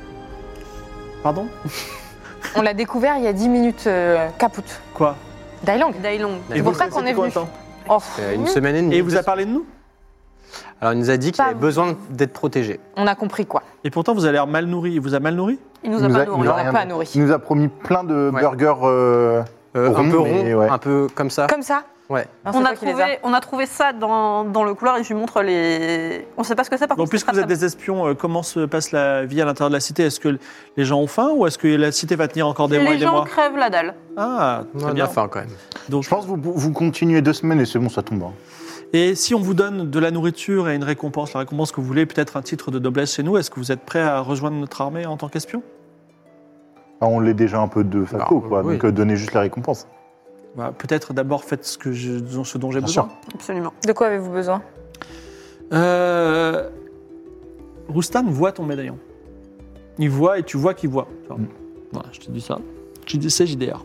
Pardon? On l'a découvert il y a dix minutes, euh, caput. Quoi? Dai Long. Dai Long. C'est pour ça qu'on est venu. Oh, Euh, Une semaine et demie. Et il vous a parlé de nous? Alors, il nous a dit qu'il Pas avait vous. besoin d'être protégé. on a compris quoi. Et pourtant, vous avez l'air mal nourri. Il vous a mal nourri? Il nous Il a nous pas a- il nourris. nous a On l'a rien pas dit. nourri. Il nous a promis plein de Ouais. burgers. euh, Euh, un Rond, peu mais rond, ouais. un peu comme ça. Comme ça. Ouais. Non, c'est On toi a, qui les trouvé, as. on a trouvé ça dans, dans le couloir et je lui montre les. On sait pas ce que c'est par Donc, contre. puisque c'est vous êtes très, des espions, euh, comment se passe la vie à l'intérieur de la cité? Est-ce que les gens ont faim ou est-ce que la cité va tenir encore des très- mois et Les des gens mois? crèvent la dalle. Ah, On très a bien. faim quand même. Donc, Je pense que vous, vous continuez deux semaines et c'est bon, ça tombe. hein. et si on vous donne de la nourriture et une récompense, la récompense que vous voulez, peut-être un titre de noblesse chez nous, est-ce que vous êtes prêt à rejoindre notre armée en tant qu'espion? Ah, on l'est déjà un peu de faco, Ah, quoi. oui. Donc euh, donnez juste la récompense. Bah, peut-être d'abord faites ce, que je- ce dont j'ai Bien besoin. sûr. Absolument. De quoi avez-vous besoin? Euh... Roustan voit ton médaillon. Il voit et tu vois qu'il voit. Tu vois. Mm. Voilà, je te dis ça. Je dis c'est J D R.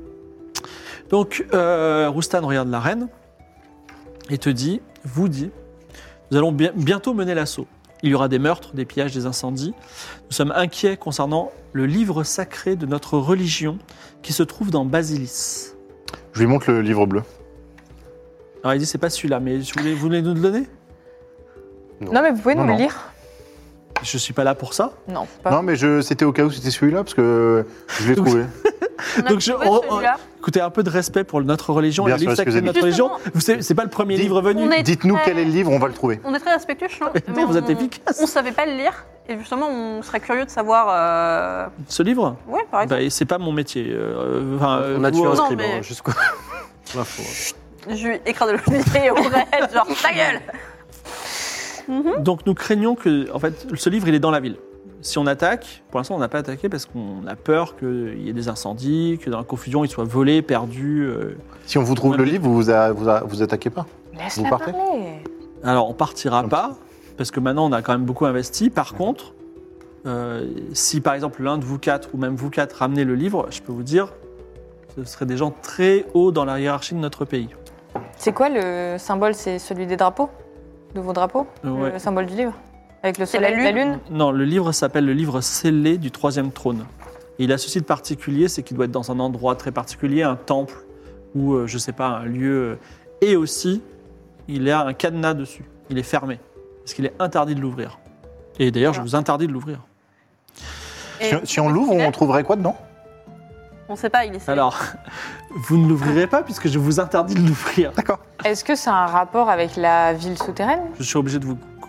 Donc, euh, Roustan regarde la reine et te dit, vous dit, nous allons bien- bientôt mener l'assaut. Il y aura des meurtres, des pillages, des incendies. Nous sommes inquiets concernant le livre sacré de notre religion qui se trouve dans Basilis. Je lui montre le livre bleu. Alors il dit, c'est pas celui-là, mais vous voulez, vous voulez nous le donner? Non. Non, mais vous pouvez Non, nous non. le lire? Je suis pas là pour ça. Non, pas. Non, mais je, c'était au cas où c'était celui-là, parce que je l'ai Donc- trouvé. On a Donc je- trouvé on- celui-là. Écoutez, un peu de respect pour notre religion, Bien le sûr, livre sacré de excusez-moi. notre religion. Justement. Vous savez, c'est pas le premier Dis- livre venu. On est Dites-nous très- quel est le livre, on va le trouver. On est très respectueux, je Putain, mais vous êtes on- efficace. On savait pas le lire et justement on serait curieux de savoir. Euh... Ce livre, Ouais, par exemple. bah, c'est pas mon métier. euh, enfin, On a vous, tué un euh, Non, scribe mais- hein, jusqu'au. L'info, hein. Je lui écrase le pied au raid, genre ta gueule. Donc nous craignons que, en fait, ce livre il est dans la ville. Si on attaque, pour l'instant on n'a pas attaqué parce qu'on a peur qu'il y ait des incendies, que dans la confusion il soit volé, perdu. euh. Si on vous trouve le livre, vous vous, a- vous, a- vous attaquez pas. Laisse-la Vous partez parler. Alors on partira pas parce que maintenant on a quand même beaucoup investi. Par contre, euh, si par exemple l'un de vous quatre ou même vous quatre ramenez le livre, je peux vous dire, ce seraient des gens très hauts dans la hiérarchie de notre pays. C'est quoi le symbole? C'est celui des drapeaux? De vos drapeaux? Euh, ouais. Le symbole du livre? Avec le C'est soleil, la la lune? Non, le livre s'appelle le livre scellé du troisième trône. Et il a ceci de particulier, c'est qu'il doit être dans un endroit très particulier, un temple ou, euh, je sais pas, un lieu. euh, Et aussi, il a un cadenas dessus. Il est fermé. Parce qu'il est interdit de l'ouvrir. Et d'ailleurs, je vous interdis de l'ouvrir. Et Si, si on l'ouvre, on trouverait quoi dedans? On sait pas, il est. Alors, vous ne l'ouvrirez pas puisque je vous interdis de l'ouvrir. D'accord. Est-ce que c'est un rapport avec la ville souterraine? Je suis obligé de vous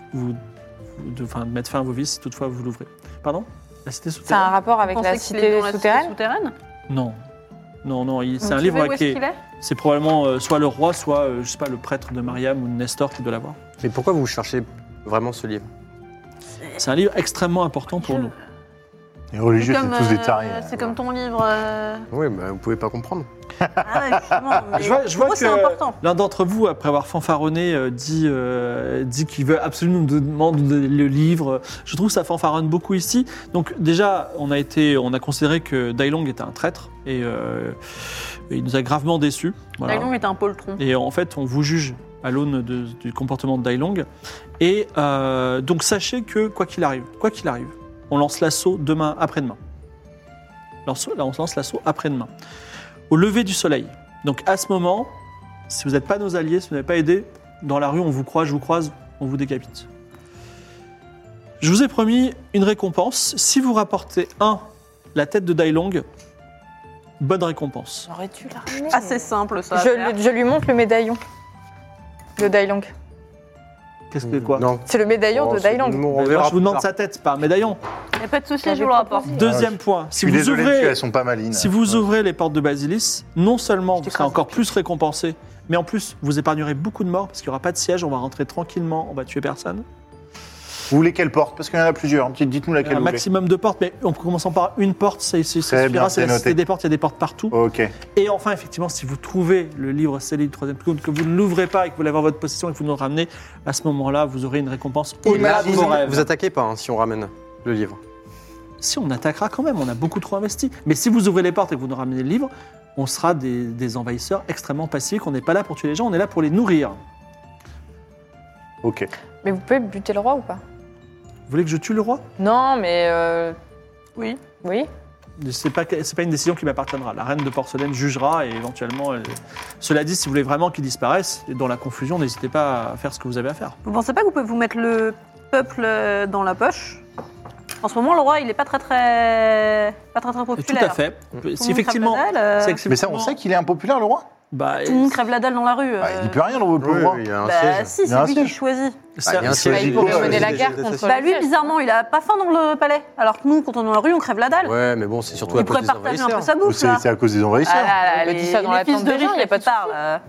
vous, vous- de, enfin, de mettre fin à vos vies si toutefois vous l'ouvrez. Pardon? La cité Ça a un souterraine? rapport avec Vous la pensez qu'il est cité dans la cité souterraine souterraine Non. Non, non, il- c'est Donc, un tu livre sais où qui est-ce est. qu'il est C'est probablement euh, soit le roi, soit, euh, je sais pas, le prêtre de Mariam ou de Nestor qui doit l'avoir. Mais pourquoi vous cherchez vraiment ce livre? C'est un livre extrêmement important pour nous. Les religieux, c'est comme, tous des euh, tarés. C'est comme ton livre. euh, Oui, bah, vous pouvez pas comprendre. Ah ouais, justement, mais Je vois, je pour vois eux, c'est que important. l'un d'entre vous, après avoir fanfaronné, euh, dit, euh, dit qu'il veut absolument nous demander le livre. Je trouve que ça fanfaronne beaucoup ici. Donc déjà, on a, été, on a considéré que Dailong était un traître et euh, il nous a gravement déçus. Voilà. Dailong était un poltron. Et en fait, on vous juge à l'aune de- du comportement de Dailong. Et euh, donc sachez que quoi qu'il arrive, quoi qu'il arrive, on lance l'assaut demain, après-demain. Lance- Là, on lance l'assaut après-demain. Au lever du soleil. Donc à ce moment, si vous n'êtes pas nos alliés, si vous n'avez pas aidé, dans la rue, on vous croise, je vous croise, on vous décapite. Je vous ai promis une récompense. Si vous rapportez un, la tête de Dailong, bonne récompense. J'aurais dû la ramener. Assez simple, ça. à je, faire. lui- je lui montre le médaillon de Dailong. Qu'est-ce que quoi Non. C'est le médaillon Oh, de c'est- Dailong. on Moi, verra je vous demande plus sa tête, c'est pas un médaillon. Il n'y a pas de souci, J'avais je vous le rapporte. proposé. Deuxième je- point. Je Si suis vous, désolé ouvrez, dessus, elles sont pas malines. si vous ouvrez les portes de Basilis, non seulement vous serez t'écrase. encore plus récompensé, mais en plus, vous épargnerez beaucoup de morts parce qu'il n'y aura pas de siège, on va rentrer tranquillement, on va tuer personne. Vous voulez quelle porte? Parce qu'il y en a plusieurs. Dites- Dites-nous Il y a laquelle un vous voulez. maximum de portes, mais en commençant par une porte, ça, ça, ça Très suffira. bien, C'est c'est la cité noté. des portes, il y a des portes partout. Ok. Et enfin, effectivement, si vous trouvez le livre scellé du troisième compte, que vous ne l'ouvrez pas et que vous l'avez en votre possession et que vous nous le ramenez, à ce moment-là, vous aurez une récompense au-delà de Vous, vos rêves. vous attaquez pas hein, si on ramène le livre. Si on attaquera quand même, on a beaucoup trop investi. Mais si vous ouvrez les portes et que vous nous ramenez le livre, on sera des, des envahisseurs extrêmement pacifiques. On n'est pas là pour tuer les gens, on est là pour les nourrir. Ok. Mais vous pouvez buter le roi ou pas? Vous voulez que je tue le roi? Non, mais. euh, Oui. Oui. C'est pas, c'est pas une décision qui m'appartiendra. La reine de porcelaine jugera et éventuellement. elle- Cela dit, si vous voulez vraiment qu'il disparaisse, dans la confusion, n'hésitez pas à faire ce que vous avez à faire. Vous pensez pas que vous pouvez vous mettre le peuple euh, dans la poche? En ce moment, le roi, il est pas très très, pas très très Et tout populaire. à fait. Tout le Si monde effectivement, crève la dalle, euh, si Mais ça, on effectivement- sait qu'il est impopulaire, le roi? bah, Tout le monde crève la dalle dans la rue. Bah, euh. Il n'y peut rien, le pauvre Oui, roi. oui, il y a un Bah siège. si, Il y a un c'est lui qui siège. choisit. ça- Ah, il y a un c'est- siège. Bah, il Siège, pourrait mener la siège guerre de contre. station. Bah lui, bizarrement, il a pas faim dans le palais. Alors que nous, quand on est dans la rue, on crève la dalle. Ouais, mais bon, c'est surtout à il cause pourrait des partager un peu envahisseurs. sa bouffe, C'est là. c'est à cause des envahisseurs. Ah là là, On me les, dit ça dans les la fils tente de des gens, riches, y a là, pas qui de souci. parlent. euh.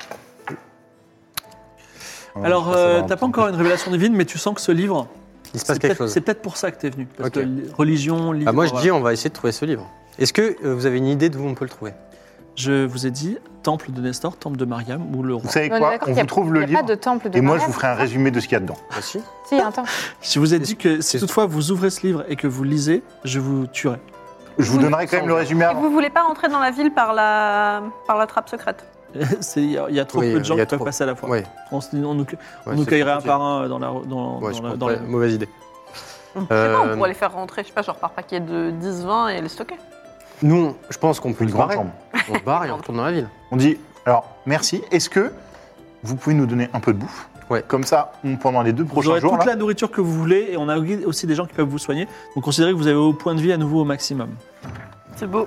Ouais, Alors, je pense que ça euh, va t'as pas un encore peu. une révélation divine, mais tu sens que ce livre, Il se passe c'est quelque peut-être chose. c'est peut-être pour ça que t'es venu. Parce Ok. que li- religion, livre. Ah, moi, je voilà. dis, on va essayer de trouver ce livre. Est-ce que euh, vous avez une idée d'où on peut le trouver? Je vous ai dit temple de Nestor, temple de Mariam ou le roi. Vous savez On est quoi? d'accord On qu'il y a- vous trouve il le y a livre. pas de temple de Et moi, je Mariam, vous ferai un c'est ça résumé de ce qu'il y a dedans. Ah, si. Si, il y a un temple. Je vous ai dit que si c'est- toutefois vous ouvrez ce livre et que vous lisez, je vous tuerai. Je vous Vous- donnerai quand même le résumé Et avant. vous voulez pas rentrer dans la ville par la, par la trappe secrète? C'est- Il y, a- il y a trop Oui, peu de gens il y a qui peuvent trop. passer à la fois. Ouais. On, se- on nous, Ouais, on nous c'est cueillerait un compliqué. par un dans la dans, Ouais, dans je la- pense dans pas. la- Mauvaise idée. Je sais pas, Euh, on pourrait les faire rentrer, je sais pas, genre par paquet de dix vingt et les stocker. Nous, on- je pense qu'on peut Une se grande barrer. chambre. On se barre et on retourne dans la ville. On dit, alors, merci. Est-ce que vous pouvez nous donner un peu de bouffe? Ouais. Comme ça, on- pendant les deux Vous prochains aurez jours, toute là, la nourriture que vous voulez et on a aussi des gens qui peuvent vous soigner. Donc considérez que vous avez au point de vie à nouveau au maximum. C'est beau.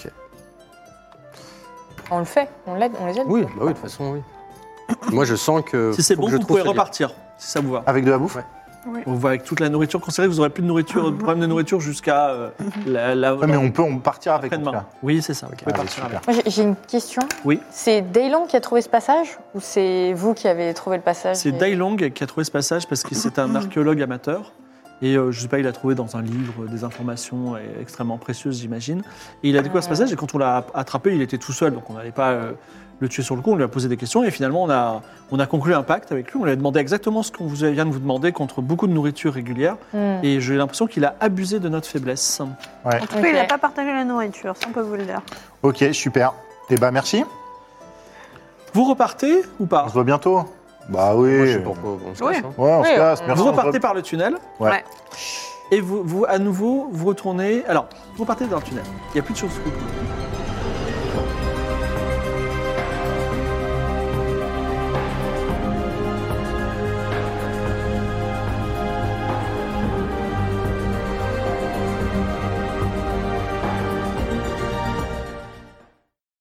On le fait, on l'aide, on les aide. Oui, bah oui, de toute façon, oui. Moi, je sens que. Si c'est faut bon, que je vous trouve pouvez ce livre. repartir, si ça vous va. avec de la bouffe? Ouais. On va avec toute la nourriture. Considérez que vous n'aurez plus de nourriture, de problème de nourriture jusqu'à euh, la, la, Ouais, mais on peut on partir avec. en tout après-demain. cas. Oui, c'est ça. Vous pouvez Allez, partir super. avec. Moi, j'ai- j'ai une question. Oui. C'est Daylong qui a trouvé ce passage ou c'est vous qui avez trouvé le passage C'est et- Dailong qui a trouvé ce passage parce que c'est un archéologue amateur. Et euh, je sais pas, il a trouvé dans un livre des informations euh, extrêmement précieuses, j'imagine. Et il a découvert ce passage et quand on l'a attrapé, il était tout seul, donc on n'allait pas euh, le tuer sur le coup. On lui a posé des questions et finalement on a, on a conclu un pacte avec lui. On lui a demandé exactement ce qu'on vous vient de vous demander contre beaucoup de nourriture régulière. Hmm. Et j'ai l'impression qu'il a abusé de notre faiblesse. En tout cas, Ok. il n'a pas partagé la nourriture, ça on peut vous le dire. Ok, super. Et bah, merci. Vous repartez ou pas On se voit bientôt. Bah oui. Moi, je sais pas pourquoi on se Oui. casse, hein. Ouais, on se Oui, casse. on- Merci. Vous on se repartez voit- par le tunnel Ouais. Ouais. et vous, vous, à nouveau, vous retournez. Alors, vous repartez dans le tunnel. Il n'y a plus de chauve-souris.